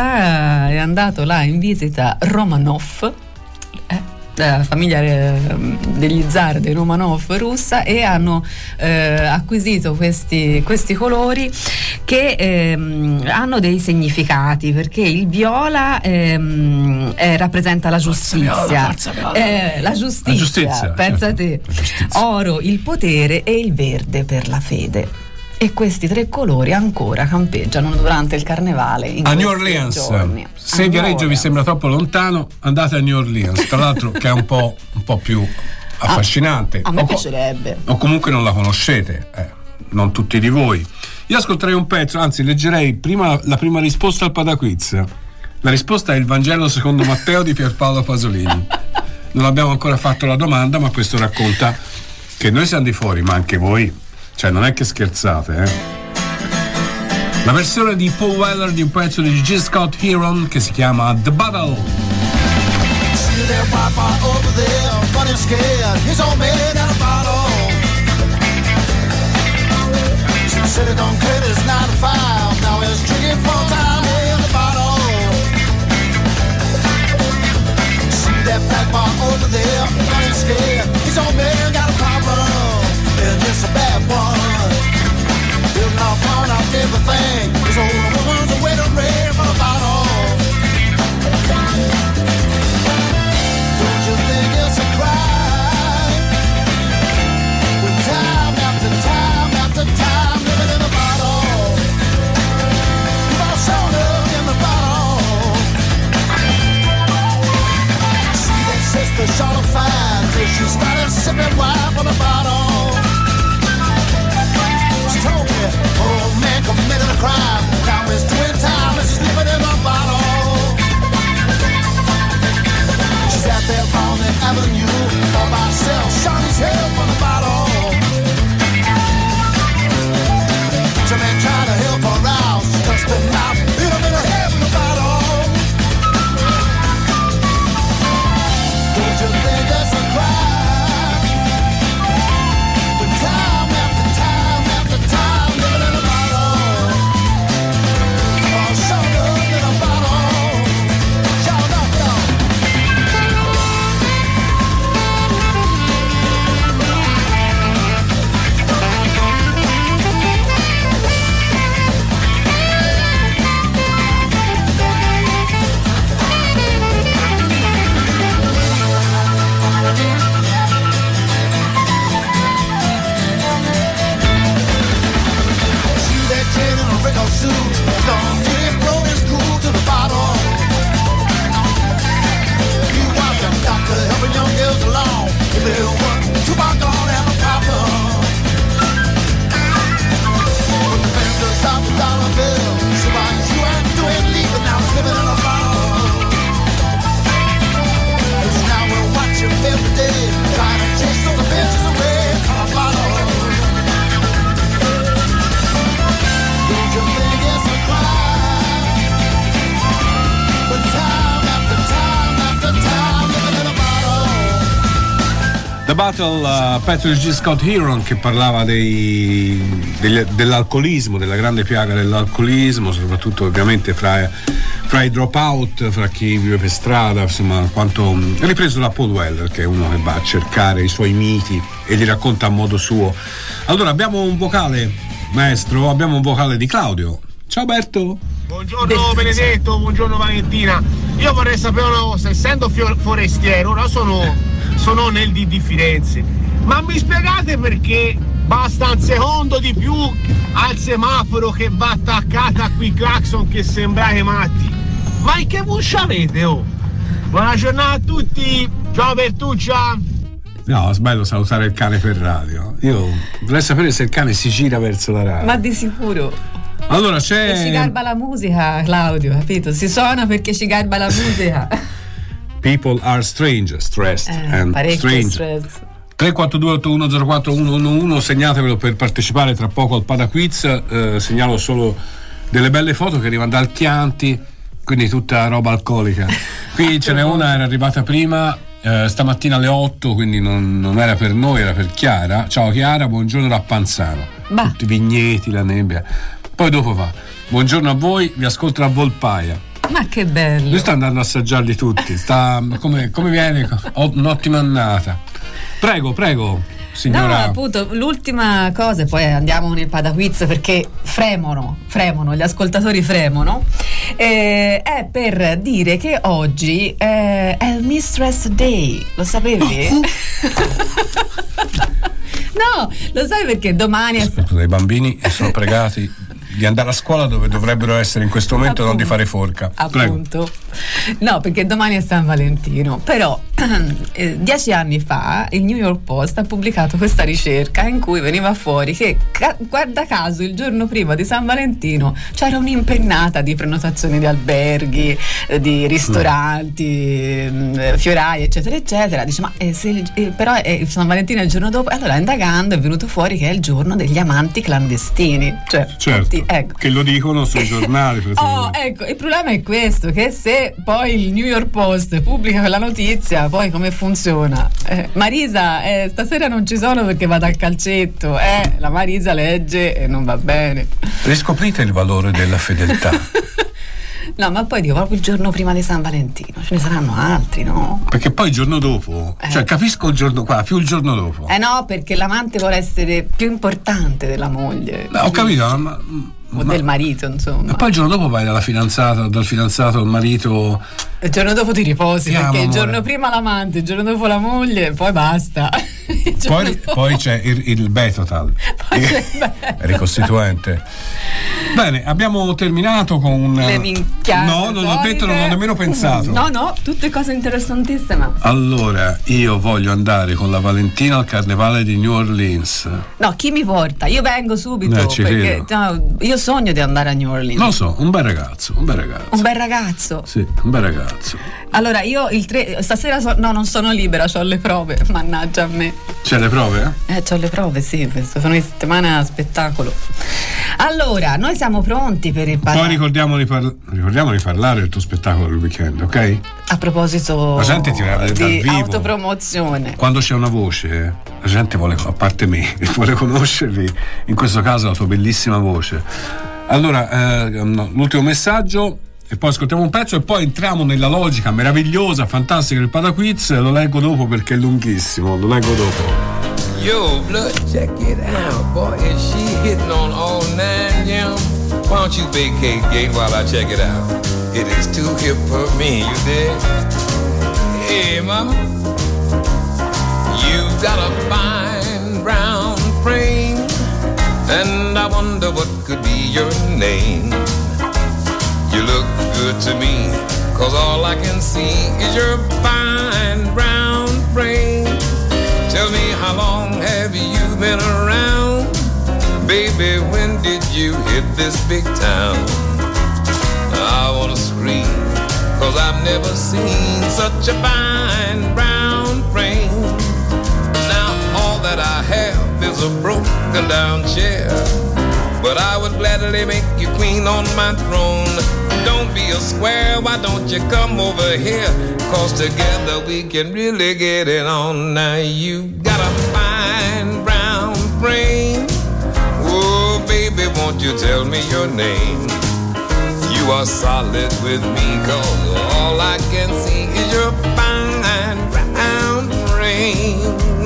volta è andato là in visita Romanov, eh, la famiglia eh, degli zar dei Romanov russa, e hanno eh, acquisito questi, questi colori che ehm, hanno dei significati, perché il viola ehm, eh, rappresenta la giustizia, forza viola, forza viola. Eh, la giustizia, la giustizia pensa certo. te, giustizia. Oro il potere e il verde per la fede. E questi tre colori ancora campeggiano durante il carnevale in a New Orleans. Giorni. Se Viareggio vi sembra troppo lontano, andate a New Orleans, tra l'altro che è un po', un po' più affascinante. A, a me o piacerebbe. O comunque non la conoscete, eh, non tutti di voi. Io ascolterei un pezzo, anzi leggerei prima la prima risposta al Padaquiz. La risposta è il Vangelo secondo Matteo di Pierpaolo Pasolini. Non abbiamo ancora fatto la domanda, ma questo racconta che noi siamo di fuori, ma anche voi. Cioè, non è che scherzate, eh? La versione di Paul Weller di un pezzo di G. Scott Heron che si chiama The Battle. See that papa over there, running scared. He's all made out of bottle. Said it don't quit his nine to five. Now he's drinking full time in the bottle. See that black bar over there, running scared. He's all made out of problem. And it's a bad one. He'll knock on out everything. His old woman's a way to rave for the bottle. Don't you think it's a crime? When time after time after time living in the bottle. You've all shown up in the bottle. See that sister shot a fine till she started sipping wine from the bottle. Oh man committed a crime. Now it's twin time and she's living in a bottle. She's out there on the avenue all by herself, shot his head from the bottle. The Battle, uh, Patrick G. Scott Heron, che parlava dei, degli, dell'alcolismo, della grande piaga dell'alcolismo, soprattutto ovviamente fra, fra i dropout, fra chi vive per strada, insomma, quanto ripreso da Paul Weller, che è uno che va a cercare i suoi miti e li racconta a modo suo. Allora abbiamo un vocale, maestro, abbiamo un vocale di Claudio. Ciao Berto. Buongiorno Benedetto, buongiorno Valentina. Io vorrei sapere una cosa, essendo forestiero, ora sono sono nel D di Firenze, ma mi spiegate perché basta un secondo di più al semaforo che va attaccata qui clacson che sembrate matti? Ma in che buscia avete, oh? Buona giornata a tutti, ciao Bertuccia. No, è bello salutare il cane per radio. Io vorrei sapere se il cane si gira verso la radio. Ma di sicuro. Allora c'è. E ci garba la musica, Claudio, capito? Si suona perché ci garba la musica. People are strange, stressed eh, and strange. Stress. tre quattro due otto uno zero quattro uno uno uno, segnatevelo per partecipare tra poco al Pada Quiz. Eh, segnalo solo delle belle foto che arrivano dal Chianti, quindi tutta roba alcolica. Qui ce n'è una, era arrivata prima, eh, stamattina alle otto, quindi non, non era per noi, era per Chiara. Ciao Chiara, buongiorno da Panzano. Bah. Tutti i vigneti, la nebbia. Poi dopo va. Buongiorno a voi, vi ascolto a Volpaia. Ma che bello! Lui sta andando a assaggiarli tutti, sta come, come viene? Oh, un'ottima annata. Prego, prego, signora. No, appunto, l'ultima cosa, e poi andiamo nel Pada Quiz perché fremono, fremono, gli ascoltatori fremono. Eh, è per dire che oggi eh, è il Mistress Day, lo sapevi? No, lo sai perché domani è... I bambini sono pregati di andare a scuola dove dovrebbero essere in questo momento, appunto, non di fare forca. Appunto. Prego. No, perché domani è San Valentino. Però eh, dieci anni fa il New York Post ha pubblicato questa ricerca in cui veniva fuori che, ca- guarda caso, il giorno prima di San Valentino c'era un'impennata di prenotazioni di alberghi, eh, di ristoranti, mm. mh, fiorai, eccetera, eccetera. Dice, ma eh, se il, eh, però è San Valentino è il giorno dopo. Allora, indagando, è venuto fuori che è il giorno degli amanti clandestini. Cioè, certo. Tutti, ecco. Che lo dicono sui giornali. Oh, ecco, il problema è questo, che se poi il New York Post pubblica quella notizia, poi come funziona? Eh, Marisa, eh, stasera non ci sono perché vado al calcetto, eh, la Marisa legge e non va bene. Riscoprite il valore della fedeltà. No, ma poi dico proprio il giorno prima di San Valentino, ce ne saranno altri, no? Perché poi il giorno dopo, eh. cioè capisco il giorno qua, più il giorno dopo. Eh no, perché l'amante vuole essere più importante della moglie. No, ho capito, ma, o ma, del marito, insomma. E poi il giorno dopo vai dalla fidanzata, dal fidanzato al marito. Il giorno dopo ti riposi, Ti perché amo, il giorno amore. prima l'amante, il giorno dopo la moglie, poi basta. Poi, poi c'è il, il Betotal, poi c'è il ricostituente. Bene, abbiamo terminato con un. Le minchiate. No, non l'ho detto, non ho nemmeno pensato. No, no, tutte cose interessantissime. Allora, io voglio andare con la Valentina al carnevale di New Orleans. No, chi mi porta? Io vengo subito. Eh, ci perché no, io sogno di andare a New Orleans. Lo so, un bel ragazzo, un bel ragazzo. Un bel ragazzo. Sì, un bel ragazzo. Allora, io il tre stasera so, no, non sono libera, ho le prove, mannaggia a me. C'è le prove? Eh, ho le prove, sì, sono in settimana a spettacolo. Allora, noi siamo pronti per il Poi ricordiamo di, parla- ricordiamo di parlare del tuo spettacolo il weekend, ok? A proposito la gente ti dal di vivo, autopromozione. Quando c'è una voce, la gente vuole, a parte me, vuole conoscerli, in questo caso la tua bellissima voce. Allora, eh, no, l'ultimo messaggio e poi ascoltiamo un pezzo e poi entriamo nella logica meravigliosa, fantastica del Pada Quiz. Lo leggo dopo perché è lunghissimo, lo leggo dopo. Yo, blood, check it out, boy, is she hitting on all nine, yeah? Why don't you vacate gate while I check it out? It is too hip for me, you dig? Hey, mama, you've got a fine brown frame, and I wonder what could be your name. You look good to me, cause all I can see is your fine brown frame. Tell me, how long have you been around? Baby, when did you hit this big town? I wanna scream, cause I've never seen such a fine brown frame. Now all that I have is a broken down chair, but I would gladly make you queen on my throne. Don't be a square, why don't you come over here? Cause together we can really get it on. Now you got a fine brown frame. Oh baby, won't you tell me your name? You are solid with me, cause all I can see is your fine brown frame.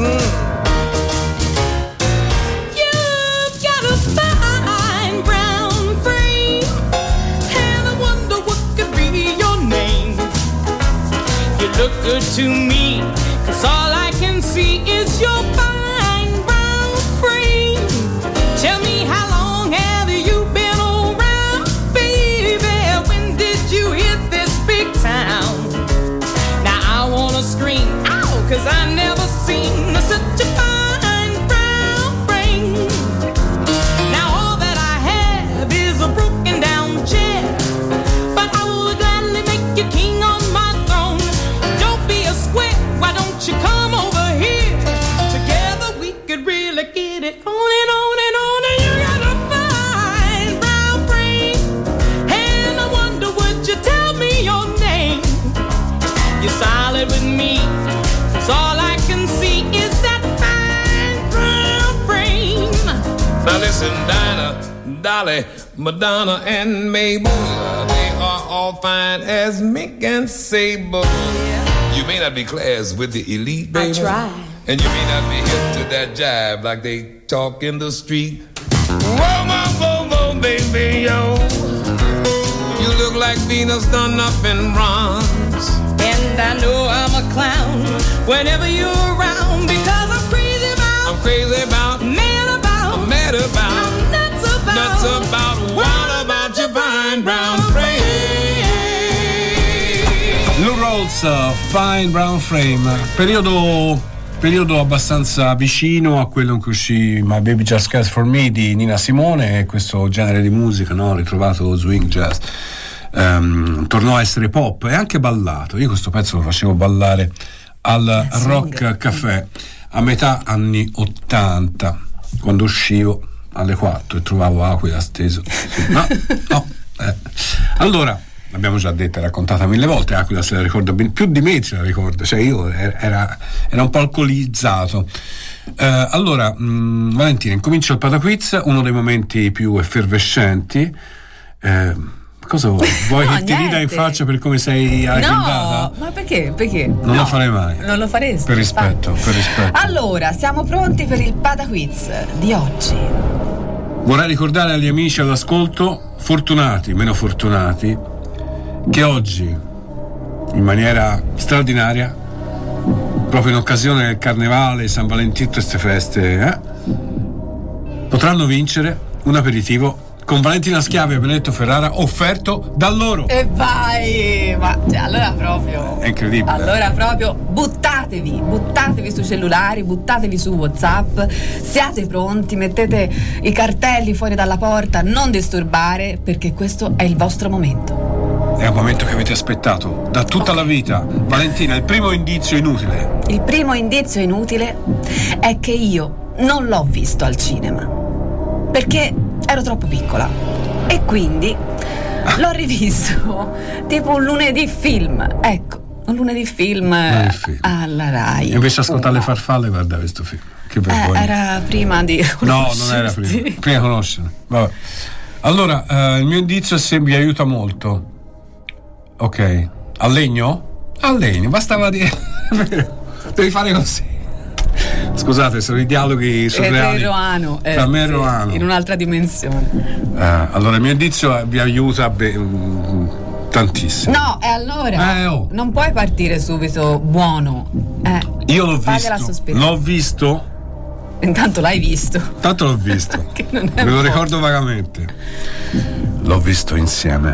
You've got a fine brown frame, and I wonder what could be your name. You look good to me, cause all I can see is your fine brown frame. Tell me, how long have you been around, baby? When did you hit this big town? Now I wanna scream, ow, cause I never seen such a fine brown frame. Now all that I have is a broken down chair, but I will gladly make you king on my throne. Don't be a square, why don't you come over here? Together we could really get it on and on and on. And you got a fine brown frame, and I wonder, would you tell me your name? You're solid with me, so all I can see is that fine brown frame. Now listen, Dinah, Dolly, Madonna, and Mabel, they are all fine as Mick and Sable. You may not be class with the elite, baby. I try. And you may not be hip to that jive like they talk in the street. Whoa, whoa, whoa, whoa, baby, yo. You look like Venus done up in bronze. And I know I'm a clown whenever you're around, because I'm crazy about, I'm crazy about, mad about, I'm mad about, I'm nuts about, nuts about, what about your fine brown frame? Lou Rawls, Fine Brown Frame, periodo, periodo abbastanza vicino a quello in cui uscì My Baby Just Cares For Me di Nina Simone, e questo genere di musica, no, ritrovato swing jazz, um, tornò a essere pop e anche ballato. Io questo pezzo lo facevo ballare al Rock Café a metà anni ottanta, quando uscivo alle quattro e trovavo Aquila steso. No, no. Eh. Allora, l'abbiamo già detta e raccontata mille volte, Aquila se la ricorda ben, più di me se la ricorda, cioè io era, era un po' alcolizzato. Eh, allora, mh, Valentina, incomincia il Pataquiz, uno dei momenti più effervescenti. Eh, cosa vuoi? Vuoi No, che ti rida in niente. faccia per come sei aggrandata? No, ma perché? Perché? Non No, lo farei mai. Non lo faresti? Per rispetto, per rispetto. Allora, siamo pronti per il Pataquiz di oggi. Vorrei ricordare agli amici all'ascolto, fortunati, meno fortunati, che oggi, in maniera straordinaria, proprio in occasione del Carnevale, San Valentino e queste feste, eh, potranno vincere un aperitivo con Valentina Schiavi e Benedetto Ferrara, offerto da loro. E vai! Ma cioè, allora proprio. È incredibile. Allora proprio buttatevi, buttatevi sui cellulari, buttatevi su WhatsApp, siate pronti, mettete i cartelli fuori dalla porta, non disturbare, perché questo è il vostro momento. È un momento che avete aspettato da tutta la vita. Valentina, il primo indizio inutile. Il primo indizio inutile è che io non l'ho visto al cinema, perché ero troppo piccola e quindi l'ho rivisto tipo un lunedì film, ecco, un lunedì film, Lunedì film. alla Rai. E invece ascoltare le Una. farfalle, guarda questo film. Che Eh, vergogna. era prima di No, non era prima. Prima conoscere. Vabbè. Allora, eh, il mio indizio se vi aiuta molto. Ok. A legno? A legno, bastava dire. Devi fare così. Scusate, sono i dialoghi surreali Roano, eh, tra me e sì, Roano. in un'altra dimensione. Eh, allora, il mio indizio vi aiuta be- mm, tantissimo. No, e allora Eh, oh. non puoi partire subito buono. Eh, Io l'ho fagliela visto. sospirare. L'ho visto. Intanto l'hai visto. Tanto l'ho visto. Che non è Me lo buono. ricordo vagamente. L'ho visto insieme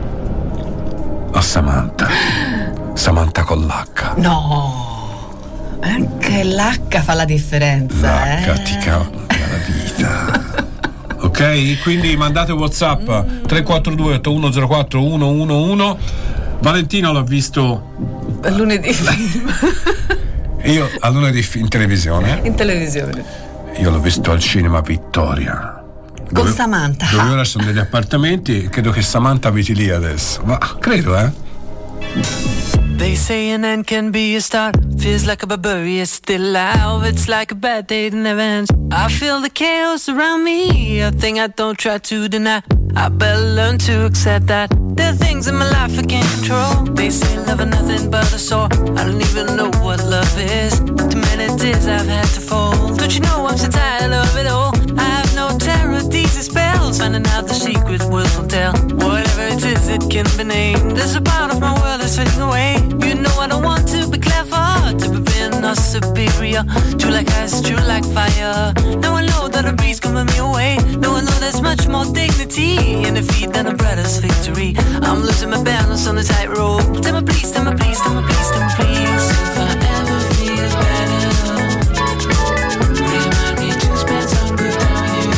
a Samantha. Samantha con l'H. No, anche l'H fa la differenza. L'H eh. ti cambia la vita. Ok? Quindi mandate WhatsApp Mm. tre quattro due otto uno zero quattro uno uno uno. Valentino l'ha visto Lunedì film io a lunedì in televisione. in televisione. Io l'ho visto al cinema Vittoria Con dove, Samantha. Dove ora sono degli appartamenti e credo che Samantha abiti lì adesso. Ma credo, eh. They say an end can be a start. Feels like a barbarian still alive. It's like a bad day that never ends. I feel the chaos around me, a thing I don't try to deny. I better learn to accept that there are things in my life I can't control. They say love is nothing but a sore. I don't even know what love is. Too many tears I've had to fold. Don't you know I'm so tired of it all? I have no terror, these spells. Finding out the secret words won't tell. Whatever it is, it can be named. There's a part of my world that's fading away. You know I don't want to be clever, to be being or superior. True like ice, true like fire. Now I know that a breeze coming me away. Now I know there's much more dignity in defeat than a brother's victory. I'm losing my balance on the tightrope. Tell me please, tell me please, tell me please, tell me please. If I ever feel better, remind me to spend some good on you.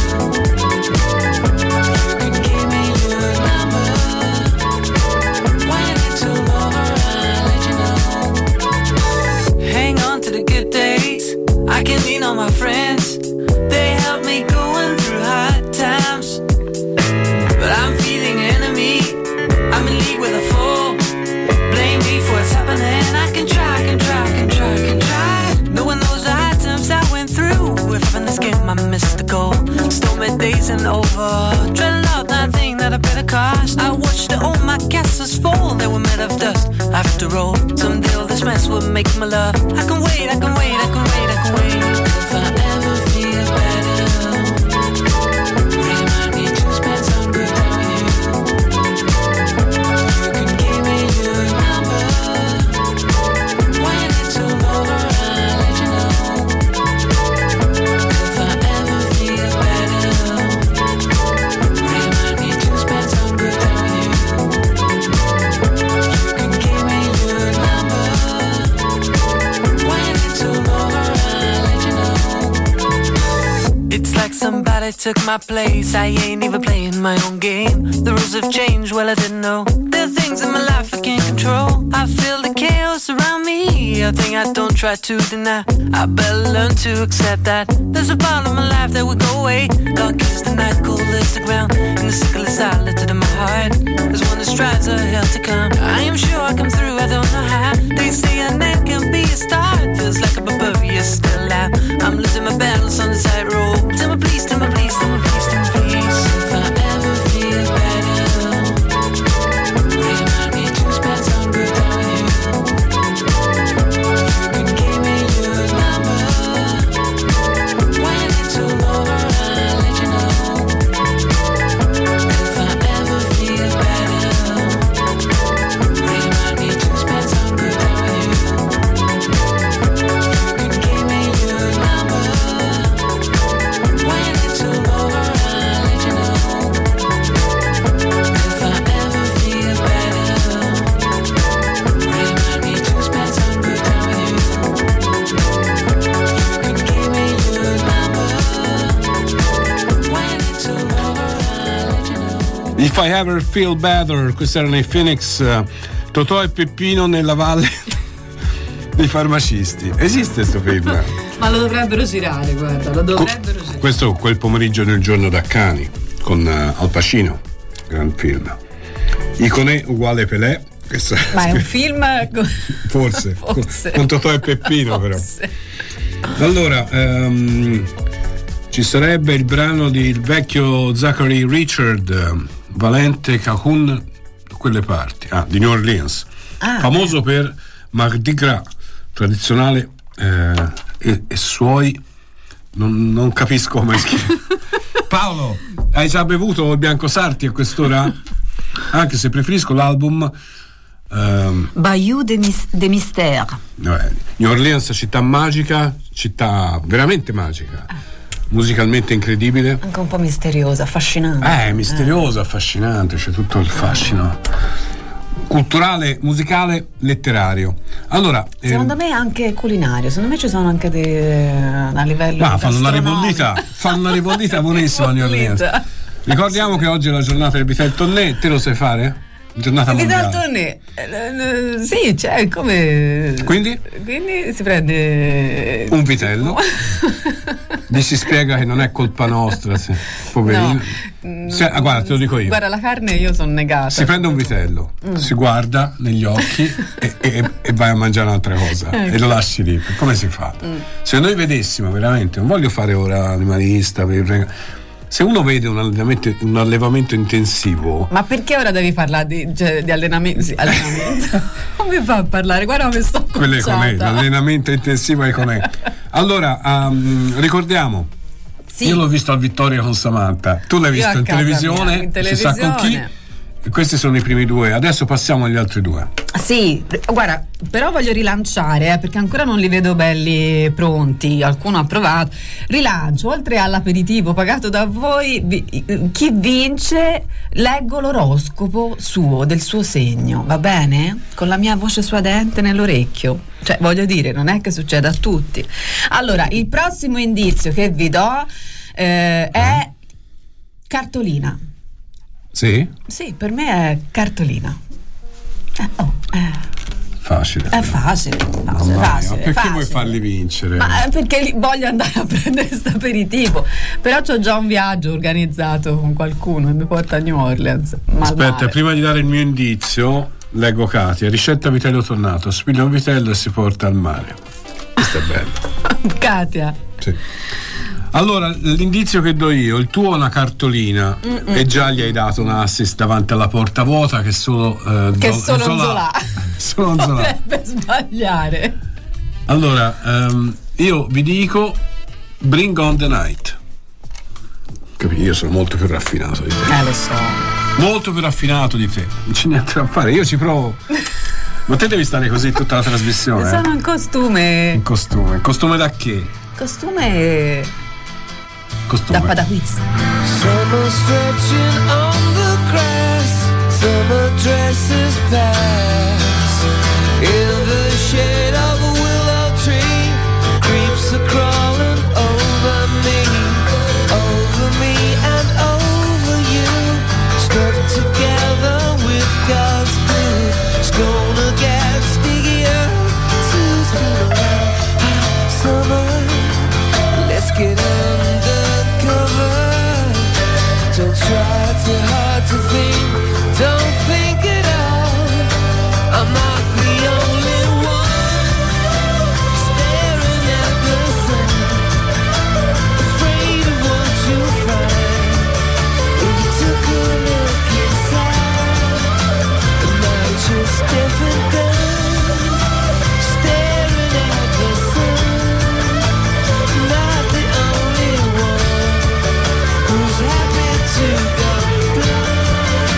You can give me your number. When it's all over, I'll let you know. Hang on to the good days. I can lean on my friends. They help me going through hard times. But I'm feeling enemy. I'm in league with a fool. Blame me for what's happening. I can try, I can try, I can try, I can try. Knowing those hard times I went through. If I'm in this game, I missed the goal. Stormy days and over. Dreading out that thing that I paid the cost. I watched all my castles fall. They were made of dust. After all, someday all this mess will make my love. I can wait, I can wait, I can wait, I can wait. If I ever feel better, remind me to spend some good on you. You can give me your number. When it's all over, I'll let you know. If I ever feel better, remind me to spend some good on you. You can give me your number. When it's all over, I'll let you know. It's like somebody took my place. I ain't even playing my own game. The rules have changed, well I didn't know. There are things in my life I can't control. I feel the chaos around me, a thing I don't try to deny. I better learn to accept that there's a part of my life that will go away. Dark is the night, cold is the ground, and the sickle is silent in my heart. There's one that strives a hell to come. I am sure I come through, I don't know how. They say a neck can be a start. Feels like a barbarian still alive. I'm losing my balance on the tightrope. Tell me please, tell me please, tell me please, tell me please. If I ever feel better, remind me to spend some good on you. You can give me your number. When it's all over, I'll let you know. If I ever feel better, remind me to spend some good on you. You can give me your number. When it's all over, I'll let you know. If I ever feel better, remind me to spend some good on you. You can give me your number. When it's all over, I'll let you know. If I Ever Feel Better, questi erano i Phoenix, uh, Totò e Peppino nella valle dei farmacisti. Esiste sto film? Ma lo dovrebbero girare, guarda, lo dovrebbero girare. Questo quel pomeriggio nel giorno da cani con uh, Al Pacino, gran film. Iconè uguale Pelé. Questo Ma è un film forse, forse. Con, con Totò e Peppino forse. Però. Allora, um, ci sarebbe il brano del vecchio Zachary Richard, um, Valente Cajun, quelle parti, ah, di New Orleans, ah, famoso per Mardi Gras, tradizionale eh, e, e suoi non, non capisco come scrive. Paolo, hai già bevuto il Bianco Sarti a quest'ora? Anche se preferisco l'album um, Bayou de, Mis- de Mystère. New Orleans, città magica, città veramente magica, musicalmente incredibile, anche un po' misteriosa, affascinante. Eh, misteriosa, eh. affascinante, c'è tutto il fascino culturale, musicale, letterario. Allora, secondo ehm, me anche culinario, secondo me ci sono anche dei, a livello ma fanno una ribollita, fanno una ribollita buonissima a New Orleans. Ricordiamo che oggi è la giornata del Vitel Tonné, te lo sai fare? Giornata mondiale. Vitel Tonné, eh, sì, cioè come. Quindi? Quindi si prende un vitello. gli si spiega che non è colpa nostra, sì. Poverino. No. Se, ah, guarda, te lo dico io. Guarda, la carne io sono negata. Si prende un vitello, mm. si guarda negli occhi e, e, e vai a mangiare un'altra cosa, ecco. E lo lasci lì. Come si fa? Mm. Se noi vedessimo veramente, non voglio fare ora animalista, se uno vede un allevamento, un allevamento intensivo. Ma perché ora devi parlare di, cioè, di allenamento? Sì, allenamento. Come fa a parlare? Guarda come sto Quello è con l'allenamento intensivo è con allora um, ricordiamo. Sì. Io l'ho visto al Vittoria con Samantha, tu l'hai visto in televisione, mia, in televisione, si sa con chi. Questi sono i primi due, adesso passiamo agli altri due. Sì, guarda, però voglio rilanciare eh, perché ancora non li vedo belli pronti, qualcuno ha provato. Rilancio, oltre all'aperitivo pagato da voi, vi, chi vince leggo l'oroscopo suo, del suo segno, va bene? Con la mia voce suadente nell'orecchio. Cioè, voglio dire, non è che succeda a tutti. Allora, il prossimo indizio che vi do eh, è cartolina. Sì? Sì, per me è cartolina. Eh, oh, eh. Facile. È facile. facile, facile facile perché facile. Vuoi farli vincere? Ma perché voglio andare a prendere questo aperitivo. Però c'ho già un viaggio organizzato con qualcuno e mi porta a New Orleans. Aspetta, male. Prima di dare il mio indizio, leggo Katia. Ricetta vitello tonnato. Spiglia un vitello e si porta al mare. Questo è bello. Katia. Sì. Allora, l'indizio che do io, il tuo è una cartolina. Mm-mm. E già gli hai dato un assist davanti alla porta vuota che solo eh, che zo- sono Zola solo potrebbe sbagliare. Allora, um, io vi dico Bring on the Night. Capì? Io sono molto più raffinato di te. Eh, lo so. Molto più raffinato di te. Non c'è niente da fare, io ci provo. Ma te devi stare così tutta la trasmissione? Sono eh? in costume. In costume. In costume da che? Costume Costume. Da Padaquiz. Summer stretching on the grass, summer dresses pass. In the shade of a willow tree, creeps are crawling over me, over me and over you. Stuck together with God's glue, it's gonna get stickier to spin around. Summer, let's get under. Don't try too hard to think, don't think at all. I'm not the only one staring at the sun, afraid of what you find. If you took a look inside, the night just deaf and dumb, staring at the sun. Not the only one who's happy to go blind.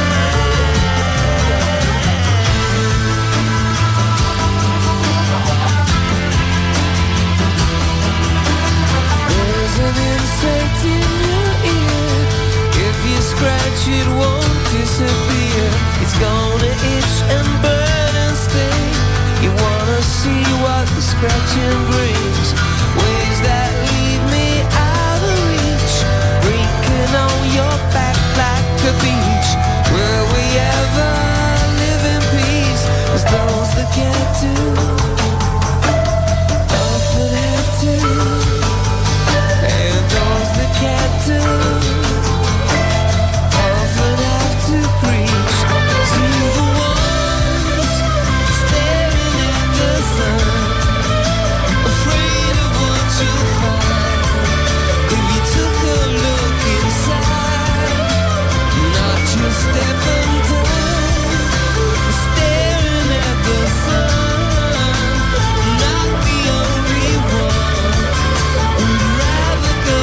There's an insect in your ear. If you scratch it won't disappear. It's gonna itch and burn and sting. You wanna see what the scratching brings. Waves that leave me out of reach, breaking on your back like a beach. Will we ever live in peace? As those that can't do often have to, and those that can't do often have to preach to the ones staring at the sun, afraid of what you'll find if you took a look inside. Not just step and down, staring at the sun. Not the only one who'd rather go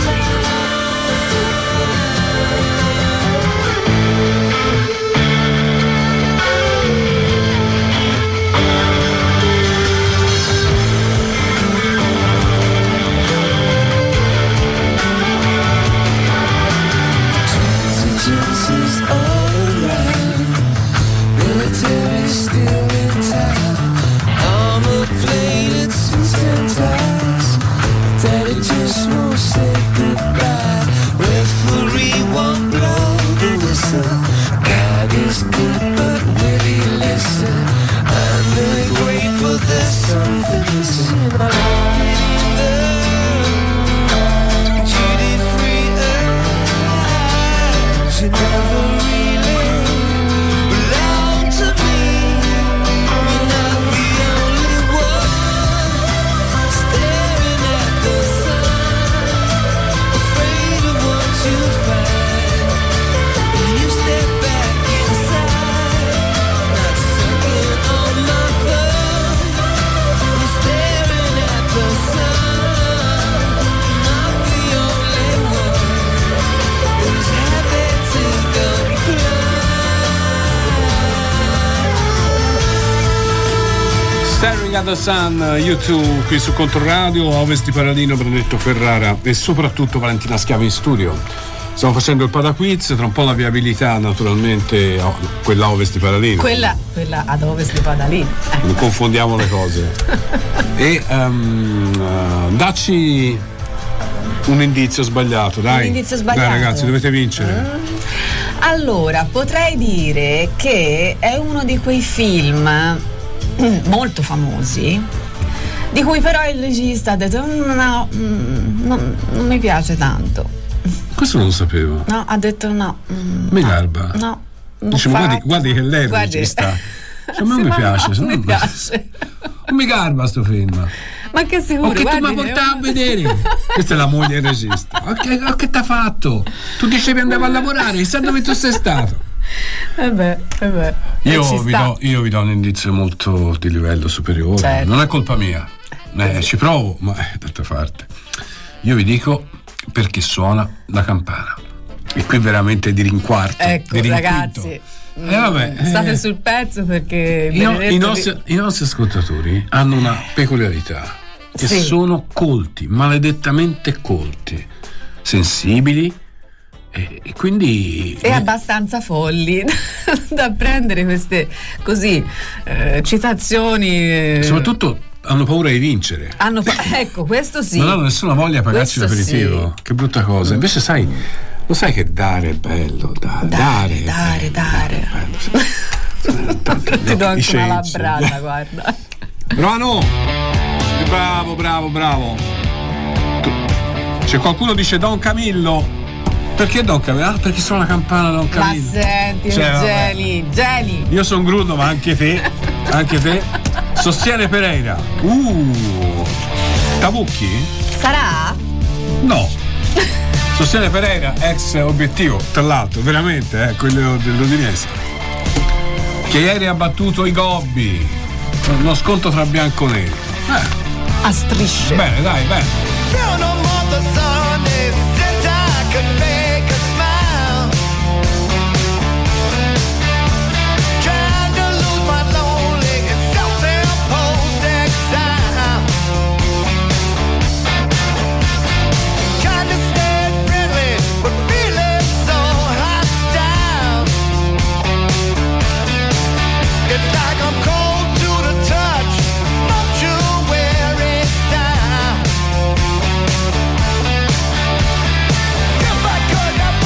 chances all around. Military still in town. Armor plated suits and ties. Daddy just won't say goodbye. Referee won't blow the whistle. God is good, but will he listen? I know it's great, but there's something missing. I left it in there. Looking at the Sun, U due qui su Controradio, a Ovest di Paradino, Brunetto Ferrara e soprattutto Valentina Schiavi in studio. Stiamo facendo il Padaquiz, tra un po' la viabilità naturalmente, oh, quella a Ovest di Paradino. Quella, quella ad Ovest di Paradino. Eh. Non confondiamo le cose. E um, uh, dacci un indizio sbagliato, dai. Un indizio sbagliato. Dai ragazzi, dovete vincere. Mm. Allora, potrei dire che è uno di quei film molto famosi di cui però il regista ha detto no, mm, non, non mi piace tanto. Questo non lo sapevo. No, ha detto no. Mm, mi no, garba. No. Dice, guardi, guardi che lei è il regista. Cioè, a me non mi piace. Non mi piace. Non mi garba sto film. Ma che sicuro? O che tu mi portavi a vedere? Questa è la moglie del regista. O che, o che t'ha fatto? Tu dicevi andavo a lavorare, chissà dove tu sei stato. Eh beh, eh beh. Io, vi do, io vi do un indizio molto di livello superiore. Certo. Non è colpa mia. Eh, ci provo, ma è d'altra parte. Io vi dico perché suona la campana. E qui veramente di rinquarto. Ecco, di ragazzi. Eh, vabbè, state eh, sul pezzo perché i, no, i, nostri, vi... i nostri ascoltatori hanno una peculiarità, che sì. sono colti, maledettamente colti, sensibili e, e quindi e abbastanza folli da prendere queste così eh, citazioni eh, soprattutto hanno paura di vincere. Hanno pa- ecco, questo sì. Non hanno nessuna voglia di pagarci questo l'aperitivo. Sì. Che brutta cosa. Invece sai, lo sai che dare è bello, da, dare, dare, dare, dare. Bello, dare. Ti do anche una labbrata, guarda. Brano! Bravo, bravo, bravo. C'è qualcuno dice Don Camillo. Perché Don Camillo? Ah, perché sono la campana Don Camillo. Ma senti, cioè, geli, geli. Io sono Gruno, ma anche te, anche te. Sostiene Pereira. Uh. Tabucchi? Sarà? No. Sostiene Pereira, ex obiettivo, tra l'altro, veramente, eh, quello dell'Udinese. Che ieri ha battuto i Gobbi. Uno scontro tra bianconeri. Eh. A strisce. Bene, dai, bene. If I could have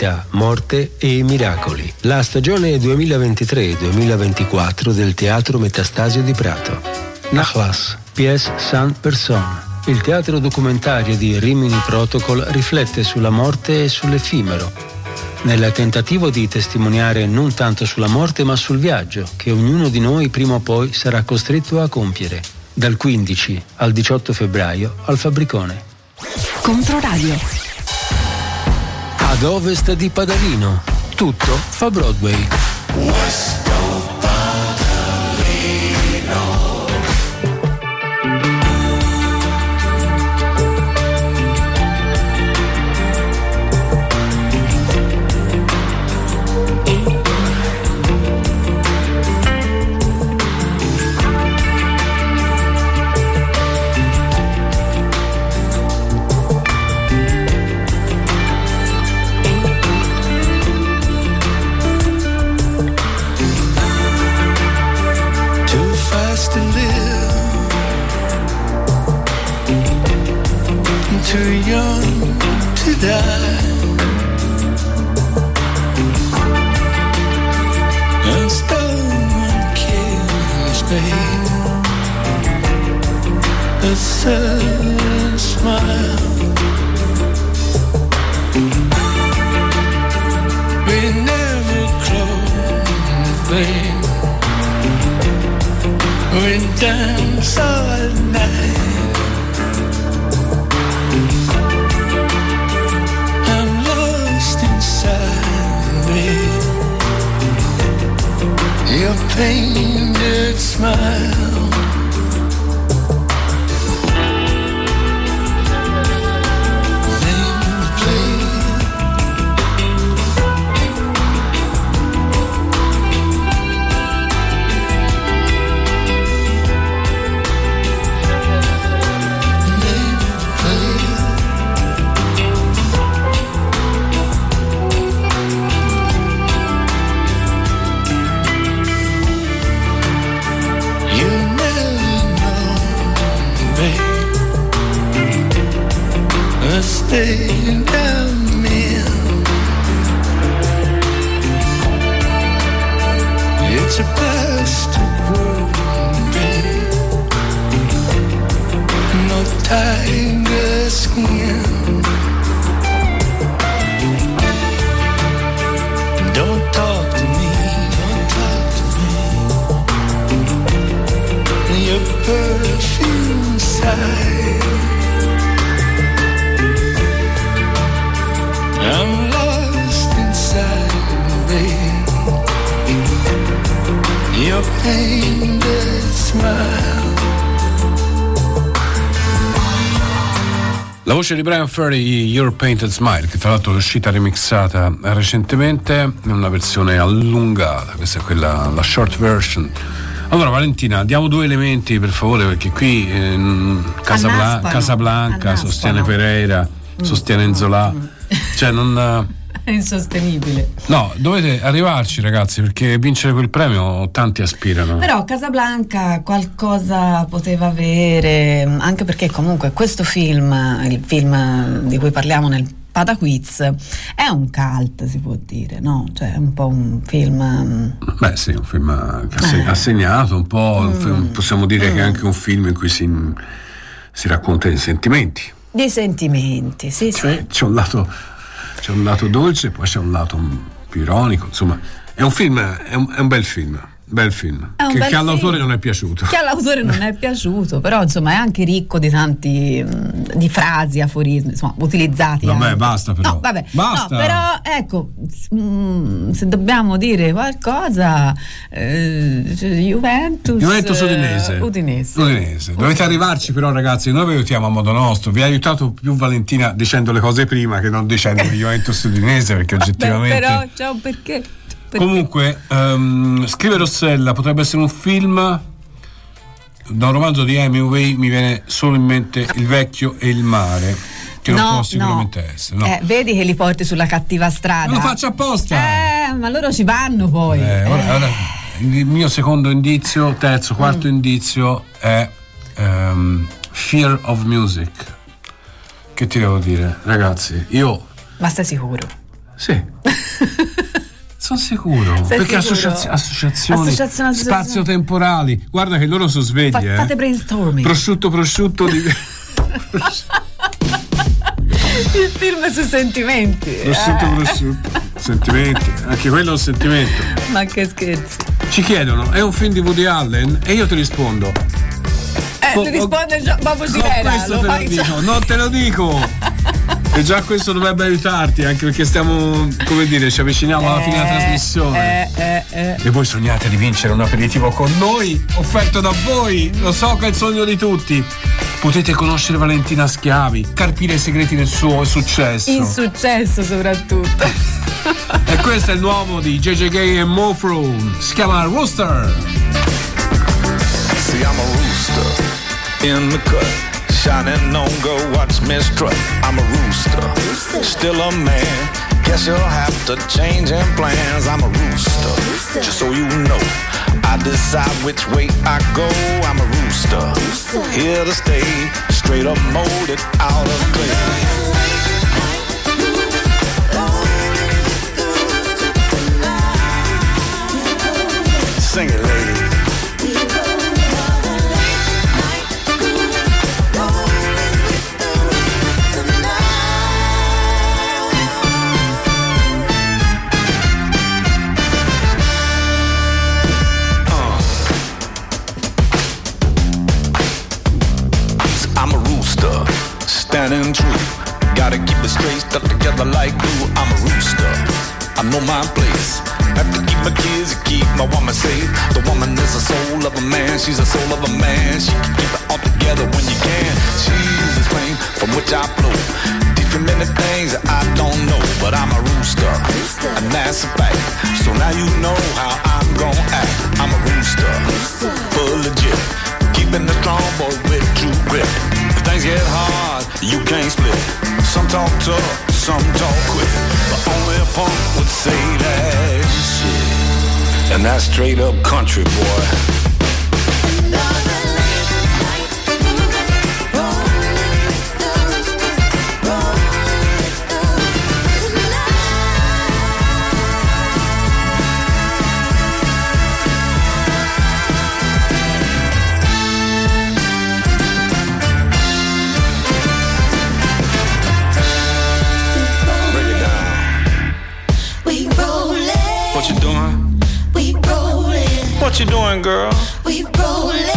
vita, morte e miracoli. La stagione duemilaventitré duemilaventiquattro del Teatro Metastasio di Prato. Nachlass, pièce sans personne. Il teatro documentario di Rimini Protocol riflette sulla morte e sull'effimero, nel tentativo di testimoniare non tanto sulla morte ma sul viaggio che ognuno di noi prima o poi sarà costretto a compiere. Dal quindici al diciotto febbraio al Fabbricone. Controradio. Ad ovest di Padalino, tutto fa Broadway. Too young to die. A stone kills babe. A sad smile. We never close, babe. We dance all night. I'm lost inside me. Your painted smile. Stay down me. It's a plastic world, baby. No tiger skin. Don't talk to me. Don't talk to me. Your perfume side. I'm lost inside, babe. Your painted smile. La voce di Brian Ferry, Your Painted Smile, che tra l'altro è uscita remixata recentemente in una versione allungata. Questa è quella, la short version. Allora Valentina, diamo due elementi per favore, perché qui eh, Casabla- Casablanca Annaspano. Sostiene Pereira, mm. sostiene Nzola. Mm. Cioè non è insostenibile. No, dovete arrivarci ragazzi, perché vincere quel premio tanti aspirano. Però Casablanca qualcosa poteva avere, anche perché comunque questo film, il film di cui parliamo nel Pada Quiz, è un cult, si può dire, no? Cioè è un po' un film. Beh sì, un film che ha segnato un po', mm. film, possiamo dire mm. che è anche un film in cui si, si racconta di sentimenti. Di sentimenti, sì, cioè, sì. C'è un lato, c'è un lato dolce, poi c'è un lato più ironico. Insomma, è un film, è un, è un bel film. Bel film, che, bel che all'autore film. non è piaciuto. Che all'autore non è piaciuto, però insomma è anche ricco di tanti mh, di frasi, aforismi, insomma, utilizzati. Vabbè, anche. basta però. No, vabbè, basta. No, però ecco, mh, se dobbiamo dire qualcosa, eh, Juventus Juventus Udinese. Eh, Udinese. Udinese. Dovete arrivarci però ragazzi, noi vi aiutiamo a modo nostro. Vi ha aiutato più Valentina dicendo le cose prima che non dicendo Juventus Udinese, perché oggettivamente. Beh, però c'è un perché. Perché? Comunque, um, scrive Rossella, potrebbe essere un film. Da un romanzo di Hemingway mi viene solo in mente Il vecchio e il mare, che non no, può sicuramente no. essere. No. Eh, vedi che li porti sulla cattiva strada. Non lo faccio apposta. Eh, ma loro ci vanno poi. Eh, ora, eh. ora, il mio secondo indizio, terzo, quarto mm. indizio è um, Fear of Music. Che ti devo dire, ragazzi? Io. Ma stai sicuro? Sì. Sono sicuro. Sei perché sicuro? Associazi- associazioni, Associazione, associazione. spazio-temporali. Guarda che loro sono svegli. Fa- eh. fate brainstorming. Prosciutto, prosciutto. Di... Il film su sentimenti. prosciutto, eh. prosciutto. Sentimenti. Anche quello è un sentimento. Ma che scherzi. Ci chiedono, è un film di Woody Allen? E io ti rispondo. Eh, Po- ti risponde già Babbo No, Sirena. questo Lo te lo fai già. dico, non te lo dico. E già questo dovrebbe aiutarti, anche perché stiamo, come dire, ci avviciniamo alla fine della trasmissione. Eh, eh, eh. E voi sognate di vincere un aperitivo con noi, offerto da voi. Lo so che è il sogno di tutti. Potete conoscere Valentina Schiavi, carpire i segreti del suo successo. Insuccesso soprattutto. E questo è il nuovo di J J Gay e Mo Froome. Si chiama Rooster. See, I'm a rooster in the cut, shining on, go watch me strut. I'm a rooster, still a man. Guess you'll have to change in plans. I'm a rooster, just so you know. I decide which way I go. I'm a rooster, here to stay, straight up molded out of clay. Sing it, ladies. I'm a rooster, standing true. Gotta keep it straight, stuck together like glue. I'm a rooster, I know my place. Have to keep my kids and keep my woman safe. The woman is the soul of a man, she's the soul of a man. She can keep it all together when you can. She's the flame from which I flow. Teach me many things that I don't know, but I'm a rooster, and that's a fact. So now you know how I'm gon' act. I'm a rooster, full legit. Keeping the strong boy with true grip. If things get hard, you can't split. Some talk tough, some talk quick, but only a punk would say that shit. And that's straight up country, boy. What you doing? We rollin'. What you doing, girl? We rollin'.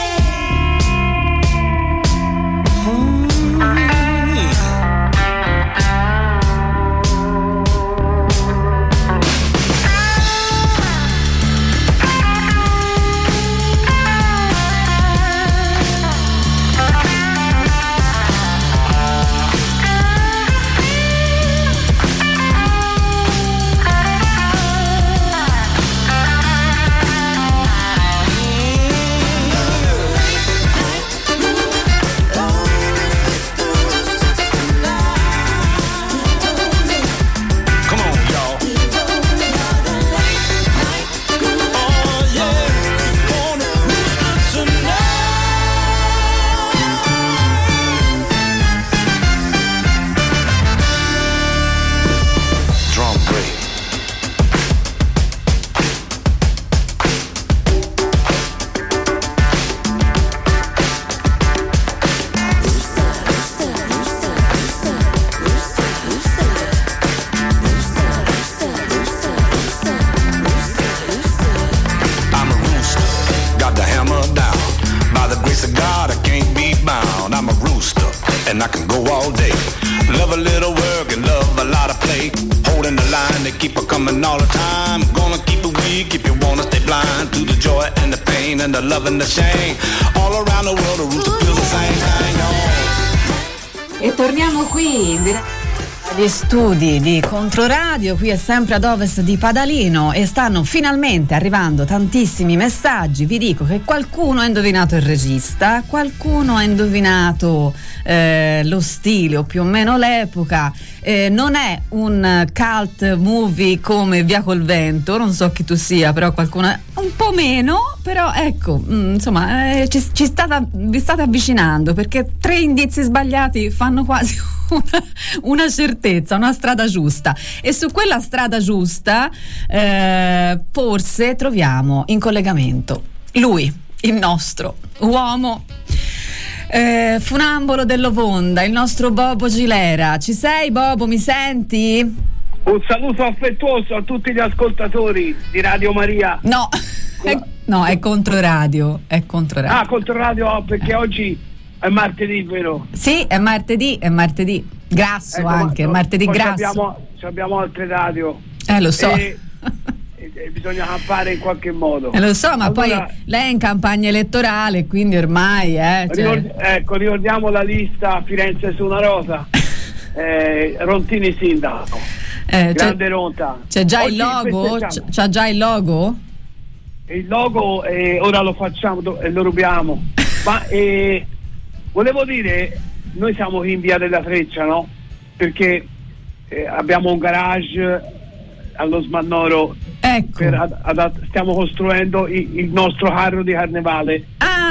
And I can go all day. Love a little work and love a lot of play. Holding the line, they keep her coming all the time. Gonna keep it weak if you wanna stay blind to the joy and the pain and the love and the shame. All around the world the rooster feels the same thing. E torniamo qui in diretta agli studi di Controradio, qui è sempre ad ovest di Padalino e stanno finalmente arrivando tantissimi messaggi. Vi dico che qualcuno ha indovinato il regista, qualcuno ha indovinato eh, lo stile o più o meno l'epoca. Eh, non è un cult movie come Via col vento, non so chi tu sia, però qualcuno un po' meno, però ecco, mh, insomma eh, ci, ci state, vi state avvicinando, perché tre indizi sbagliati fanno quasi una, una certezza, una strada giusta, e su quella strada giusta eh, forse troviamo in collegamento lui, il nostro uomo eh, funambolo dell'Ovonda, il nostro Bobo Gilera. Ci sei, Bobo? Mi senti? Un saluto affettuoso a tutti gli ascoltatori di Radio Maria. No, è, no, è Controradio, è Controradio. Ah, Controradio, perché oggi è martedì, vero? Sì, è martedì, è martedì grasso, ecco, anche, ma, martedì poi grasso. Abbiamo, abbiamo altre radio. Eh, lo so. E, e, e bisogna campare in qualche modo. Eh, lo so, ma allora, poi lei è in campagna elettorale, quindi ormai, eh. Cioè... Ricord- ecco, ricordiamo la lista Firenze su una rosa. eh, Rontini sindaco. Eh, Grande c'è, Ronta. C'è già Oggi il logo? C'è, c'ha già il logo? Il logo eh, ora lo facciamo e lo rubiamo. Ma eh, volevo dire, noi siamo qui in via della Freccia, no? Perché eh, abbiamo un garage allo Smannoro. Ecco. Per, ad, ad, stiamo costruendo il, il nostro carro di carnevale.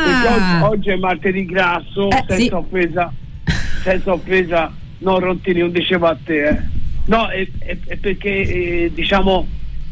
Ah. Oggi, oggi è martedì grasso, eh, senza sì. offesa, senza offesa, no Rontini, non dicevo a te, eh. No, è, è, è perché eh, diciamo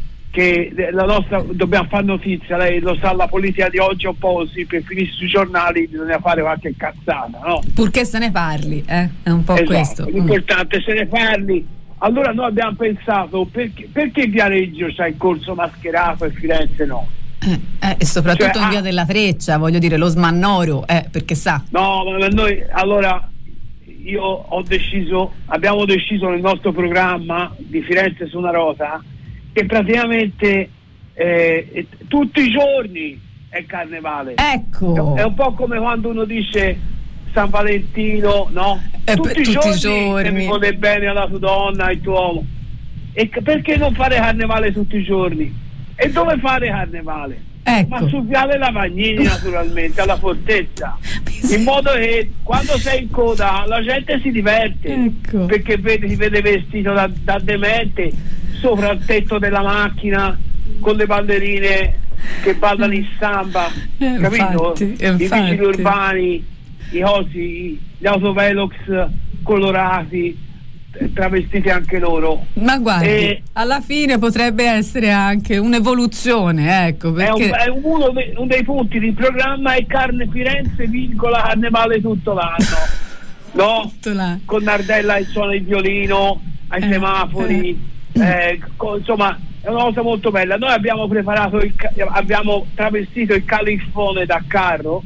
che la nostra dobbiamo fare notizia, lei lo sa, la politica di oggi è un po' così, per finire sui giornali bisogna fare qualche cazzata, no? Purché se ne parli, eh? È un po' esatto, questo. L'importante è se ne parli. Allora noi abbiamo pensato, perché, perché Viareggio c'ha il corso mascherato e Firenze no? Eh, eh, e soprattutto cioè, in via ah, della Freccia, voglio dire, lo Smannoro, eh, perché sa. No, ma noi allora io ho deciso, abbiamo deciso nel nostro programma di Firenze su una rosa che praticamente eh, tutti i giorni è carnevale. Ecco. È, è un po' come quando uno dice San Valentino, no? Eh, tutti, per, i tutti giorni, i giorni se mi vuole bene alla tua donna, al tuo uomo. E perché non fare carnevale tutti i giorni? E dove fare carnevale? Ecco. Ma su Viale Lavagnini naturalmente, alla Fortezza, in modo che quando sei in coda la gente si diverte, ecco. Perché vede, si vede vestito da, da demente sopra il tetto della macchina con le ballerine che ballano in samba, eh, capito? Infatti, I infatti. vigili urbani, i cosi, gli autovelox colorati, travestiti anche loro. Ma guardi, e alla fine potrebbe essere anche un'evoluzione, ecco, perché è, un, è uno, dei, uno dei punti del programma è Carne Firenze, virgola, carnevale tutto l'anno, no? Tutto l'anno. Con Nardella che suona il violino ai eh, semafori, eh. Eh, con, insomma è una cosa molto bella. Noi abbiamo preparato il, abbiamo travestito il califfone da carro.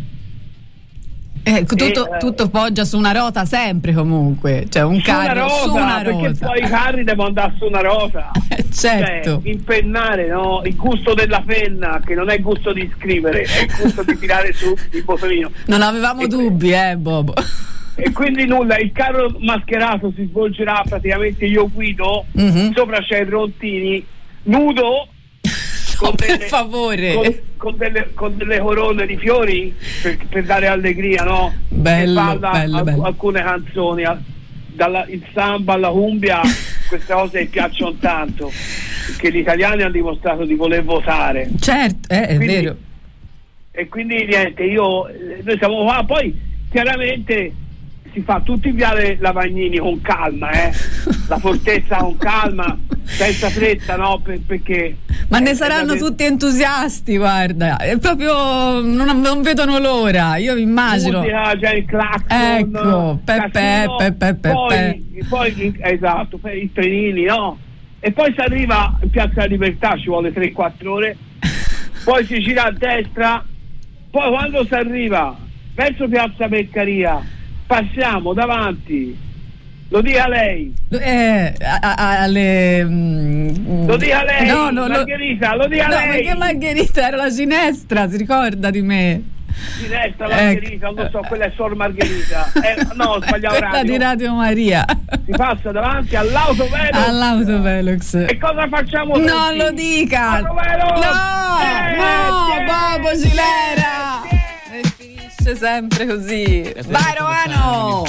Eh, tutto, e, tutto poggia su una rota sempre comunque, cioè un su carro una rota, su una perché rota. poi i carri devono andare su una rota. Certo. Cioè, impennare, no? Il gusto della penna, che non è il gusto di scrivere, è il gusto di tirare su il bottonino. Non avevamo e dubbi, que- eh, Bobo. E quindi nulla, il carro mascherato si svolgerà praticamente, io guido, mm-hmm. sopra c'è il Rontini nudo. No, per delle, favore con, con, delle, con delle corone di fiori per, per dare allegria, no? Bello, e balla bello, alc- bello. alcune canzoni, dalla, il samba alla cumbia, queste cose che piacciono tanto, che gli italiani hanno dimostrato di voler votare. Certo, eh, è quindi, vero. E quindi niente, io noi siamo qua, poi chiaramente si fa tutti in Viale Lavagnini con calma, eh? La Fortezza con calma, senza fretta, no? Per, perché ma ne eh, saranno eh, tutti entusiasti, guarda, è proprio non, non vedono l'ora, io mi immagino. Musica, c'è il clacson, ecco, pepe, pepe, pepe. Poi, poi esatto, i trenini, no? E poi si arriva in Piazza della Libertà, ci vuole tre quattro ore, poi si gira a destra, poi quando si arriva verso Piazza Beccaria passiamo davanti, lo dica lei, eh, a, a, alle mm, lo dica lei, no, no, Margherita, lo dica no, lei. Perché Margherita era la ginestra, si ricorda di me? Ginestra, Margherita, ecco. Non so, quella è Sor Margherita, eh, no, sbagliavo quella radio. di Radio Maria. Si passa davanti all'autovelox. All'autovelox. E cosa facciamo? Non tutti? lo dica. Autovelox. No, eh, no, eh, Bobo Gilera. E finisce sempre così. Vai Romano.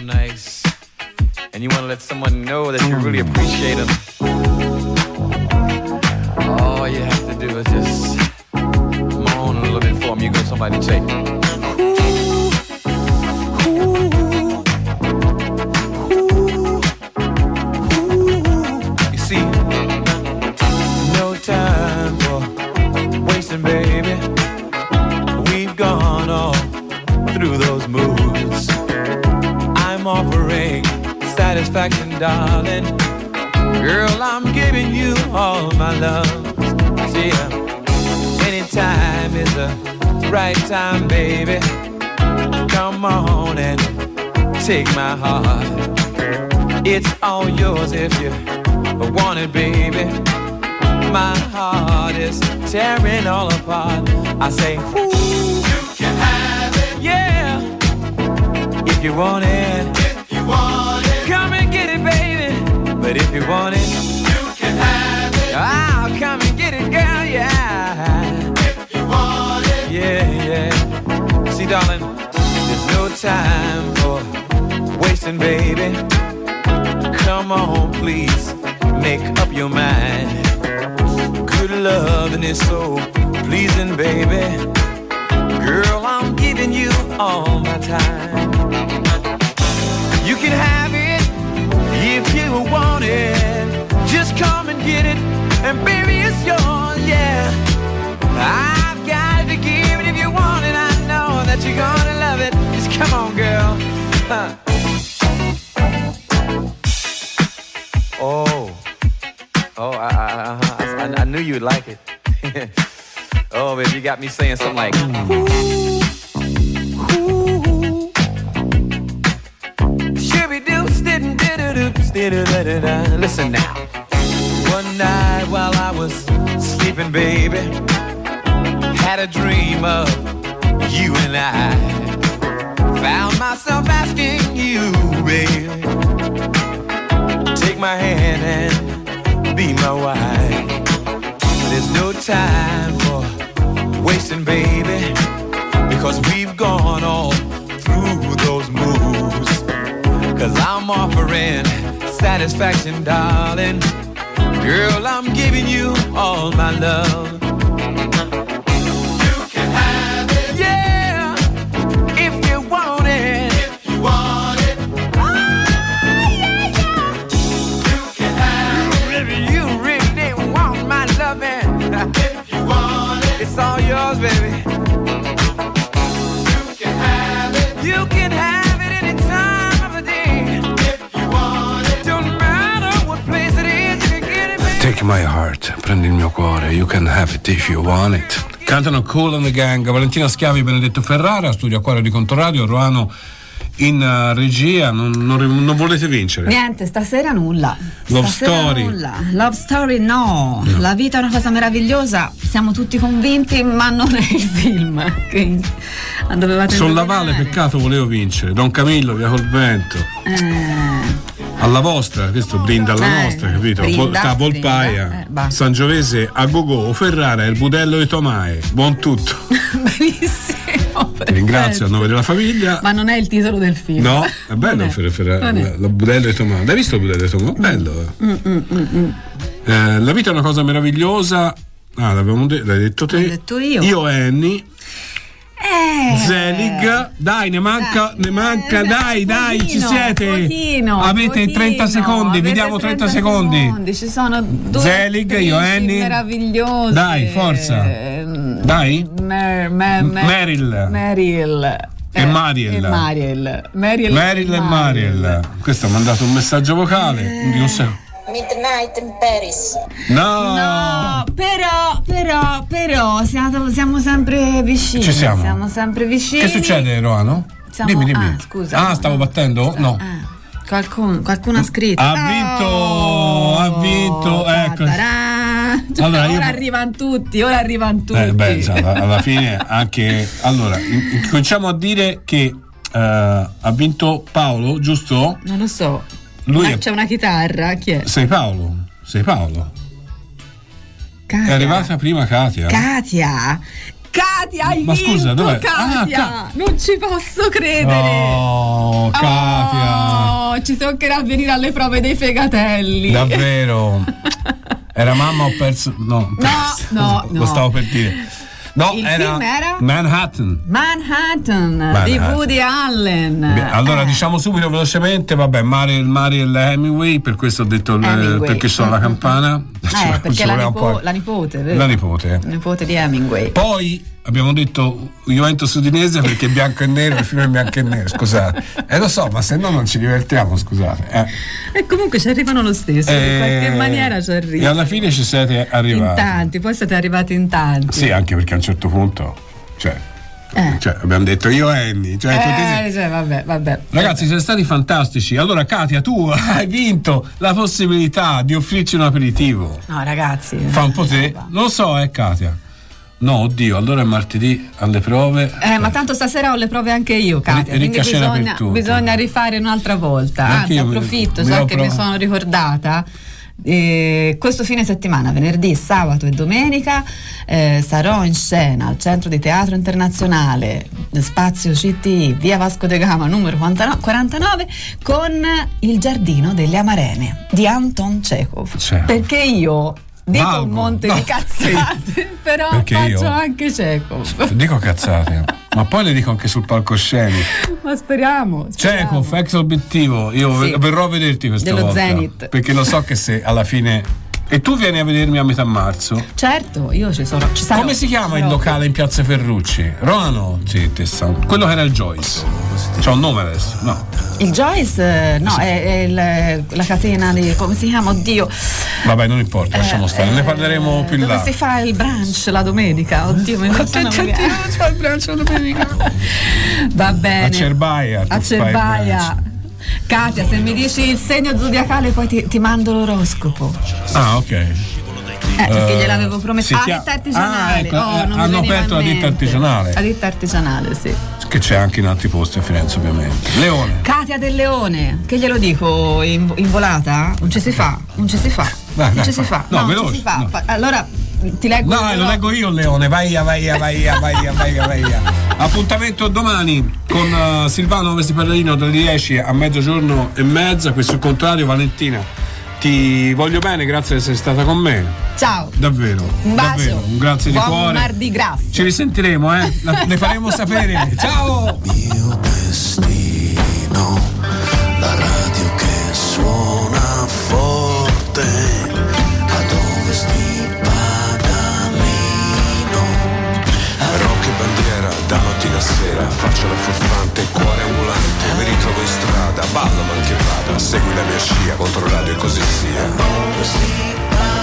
And you want to let someone know that you really appreciate them. All you have to do is just moan a little bit for them. You get somebody to take it. Ooh, ooh, ooh. all through those moods. I'm offering satisfaction, darling. Girl, I'm giving you all my love. See, anytime is the right time, baby. Come on and take my heart. It's all yours if you want it, baby. My heart is tearing all apart. I say, ooh, you can have it. Yeah, if you want it. If you want it. Come and get it, baby. But if you want it, you can have it. I'll come and get it, girl, yeah. If you want it. Yeah, yeah. See, darling, there's no time for wasting, baby. Come on, please, make up your mind. Good loving is so pleasing, baby. Girl, I'm giving you all my time. You can have it if you want it. Just come and get it, and baby, it's yours, yeah. I've got to give it if you want it. I know that you're gonna love it. Just come on, girl. Huh. Oh, oh, I, I, I, I knew you would like it. Oh, baby, you got me saying something like, ooh, ooh. Shibby-doo, stidden-diddy-doo, stiddy-da-da-da. Listen now. One night while I was sleeping, baby, had a dream of you and I. Found myself asking you, baby, take my hand and be my wife. There's no time for wasting, baby, because we've gone all through those moves. Cause I'm offering satisfaction, darling. Girl, I'm giving you all my love. You can have it. Yeah, if you want it. If you want it. Oh, yeah, yeah. You can have it. You really, you really want my loving. If you want it. It's all yours, baby. You can have it. You can have it any time of the day. If you want it. Don't matter what place it is, you can get it, baby. Take my heart, prendi il mio cuore, you can have it if you want it. Cantano Kool and the Gang, Valentina Schiavi, Benedetto Ferrara, studio a cuore di Controradio, Roano in uh, regia. Non, non, non volete vincere? Niente, stasera nulla. Love stasera Story. Nulla. Love Story no. no. La vita è una cosa meravigliosa, siamo tutti convinti, ma non è il film. Che dovevate Sollavale, peccato, volevo vincere. Don Camillo, Via col vento. Eh. Alla vostra, questo brinda alla eh, nostra, capito? Brinda, Sta Volpaia, eh, Sangiovese a Gogò, Ferrara, il Budello di Tomae. Buon tutto. Benissimo. Ti ringrazio a nome della famiglia. Ma non è il titolo del film. No, è bello fer- fer- la, la Budello di Tomae. L'hai visto il Budello di Tomae? Bello. Mm, mm, mm, mm. Eh, la vita è una cosa meravigliosa. Ah, l'avevamo de- l'hai detto te. L'ho detto io. Io e Annie. Eh, Zelig, dai, ne manca, dai, ne manca, eh, dai, dai, pochino, ci siete. Pochino, avete pochino, trenta secondi, vi diamo trenta secondi. secondi. Ci sono due Zelig, io Annie. Meravigliose. Dai, forza. Dai. Mer, mer, mer, Meryl. Meryl. E Mariel. E Mariel. Meryl, Meryl e Mariel. Questo ha mandato un messaggio vocale eh. di un secondo. Midnight in Paris. No, no, però, però, però siamo, siamo sempre vicini. Ci siamo. Siamo sempre vicini. Che succede, Roano? Siamo, dimmi, dimmi. Ah, scusa. Ah, stavo battendo? No. Ah, qualcuno, qualcuno ha scritto. Ha vinto, oh, ha vinto, ecco. Cioè, allora, ora io... arrivano tutti, ora arrivano tutti. Eh, beh, alla, alla fine anche. Allora, cominciamo a dire che uh, ha vinto Paolo, giusto? Non lo so. Lui Ma è... c'è una chitarra, chi è? Sei Paolo, sei Paolo. Katia. È arrivata prima Katia. Katia. Katia, hai Ma vinto, scusa, dov'è? Katia. Ah, Ka... Non ci posso credere. Oh, Katia. Oh, ci toccherà venire alle prove dei fegatelli. Davvero. Era mamma ho perso. No, perso. no, no, Lo no. stavo per dire. No, il era, film era Manhattan. Manhattan, Manhattan. di Woody Allen. Allora, eh. diciamo subito velocemente, vabbè, Mariel, Mariel Hemingway, per questo ho detto il, perché sono la campana. Eh, perché la, nipo- la nipote, vero? La nipote. La nipote di Hemingway. Poi abbiamo detto Juventus Udinese perché è bianco e nero, il film è bianco e nero, scusate. E eh, lo so, ma se no non ci divertiamo, scusate. Eh. E comunque ci arrivano lo stesso, eh, in qualche maniera ci arrivano. E alla fine ci siete arrivati. In tanti, poi siete arrivati in tanti. Sì, anche perché a un certo punto, cioè, eh. cioè abbiamo detto io e Annie. Cioè, eh, tutti... cioè, vabbè, vabbè. Ragazzi, siete stati fantastici. Allora, Katia, tu hai vinto la possibilità di offrirci un aperitivo. No, ragazzi. Fa un po' te. Non lo so, eh, Katia. No, oddio, allora è martedì alle prove. Eh, ma tanto stasera ho le prove anche io, Katia. R- quindi bisogna, bisogna rifare un'altra volta. Anzi, approfitto, so che prov- mi sono ricordata. Eh, questo fine settimana, venerdì, sabato e domenica, eh, sarò in scena al Centro di Teatro Internazionale, Spazio C T I, via Vasco da Gama numero quarantanove, con Il Giardino delle Amarene di Anton Chekhov. Certo. Perché io dico Valgo. un monte no. di cazzate, però perché faccio io anche Chekhov. Dico cazzate, ma poi le dico anche sul palcoscenico. Ma speriamo, speriamo. Chekhov, ex obiettivo. Io sì. verrò a vederti questa dello volta. Zenith. Perché lo so che se alla fine. E tu vieni a vedermi a metà marzo? Certo, io ci sono. Ci sarò, Come si chiama sarò. il locale in Piazza Ferrucci? Romano? Sì, Tessa. Quello che era il Joyce. C'ha un nome adesso? No. Il Joyce? No, sì. è, è il, la catena di. Come si chiama? Oddio. Vabbè, non importa, lasciamo eh, stare, eh, ne parleremo più in là. Dove si fa il brunch la domenica? Oddio, mi fa il brunch la domenica. Va bene. A Cerbaia. A Cerbaia. Katia, se mi dici il segno zodiacale poi ti, ti mando l'oroscopo. Ah, ok. Eh, perché uh, gliel'avevo promesso. Ah, ditta artigianale. Ah, ecco, oh, non hanno aperto la ditta artigianale. La ditta artigianale, sì. Che c'è anche in altri posti a Firenze, ovviamente. Leone. Katia del Leone. Che glielo dico in, in volata? Non ci si fa, non ci si fa. Dai, non dai, ci si fa. No, no veloce, non ci si fa. no. Allora ti leggo. No, lo leggo io il Leone. Vai, vai, vai, vai, vai, vai. Appuntamento domani con uh, Silvano Vestiparellino dalle dieci a mezzogiorno e mezza. Questo è il contrario. Valentina, ti voglio bene, grazie di essere stata con me. Ciao. Davvero. Un bacio. Davvero, un grazie Buon di cuore. Mardi Gras. Ci risentiremo, eh? La, ne faremo sapere. Ciao. Mio destino, la radio che suona forte, ad ovest di Pagamino. Rock e bandiera, da mattina a sera, faccio la furfante, cuore ambulante, mi ritrovo in strada, ballo ma anche vada, segui la mia scia, contro radio e così sia.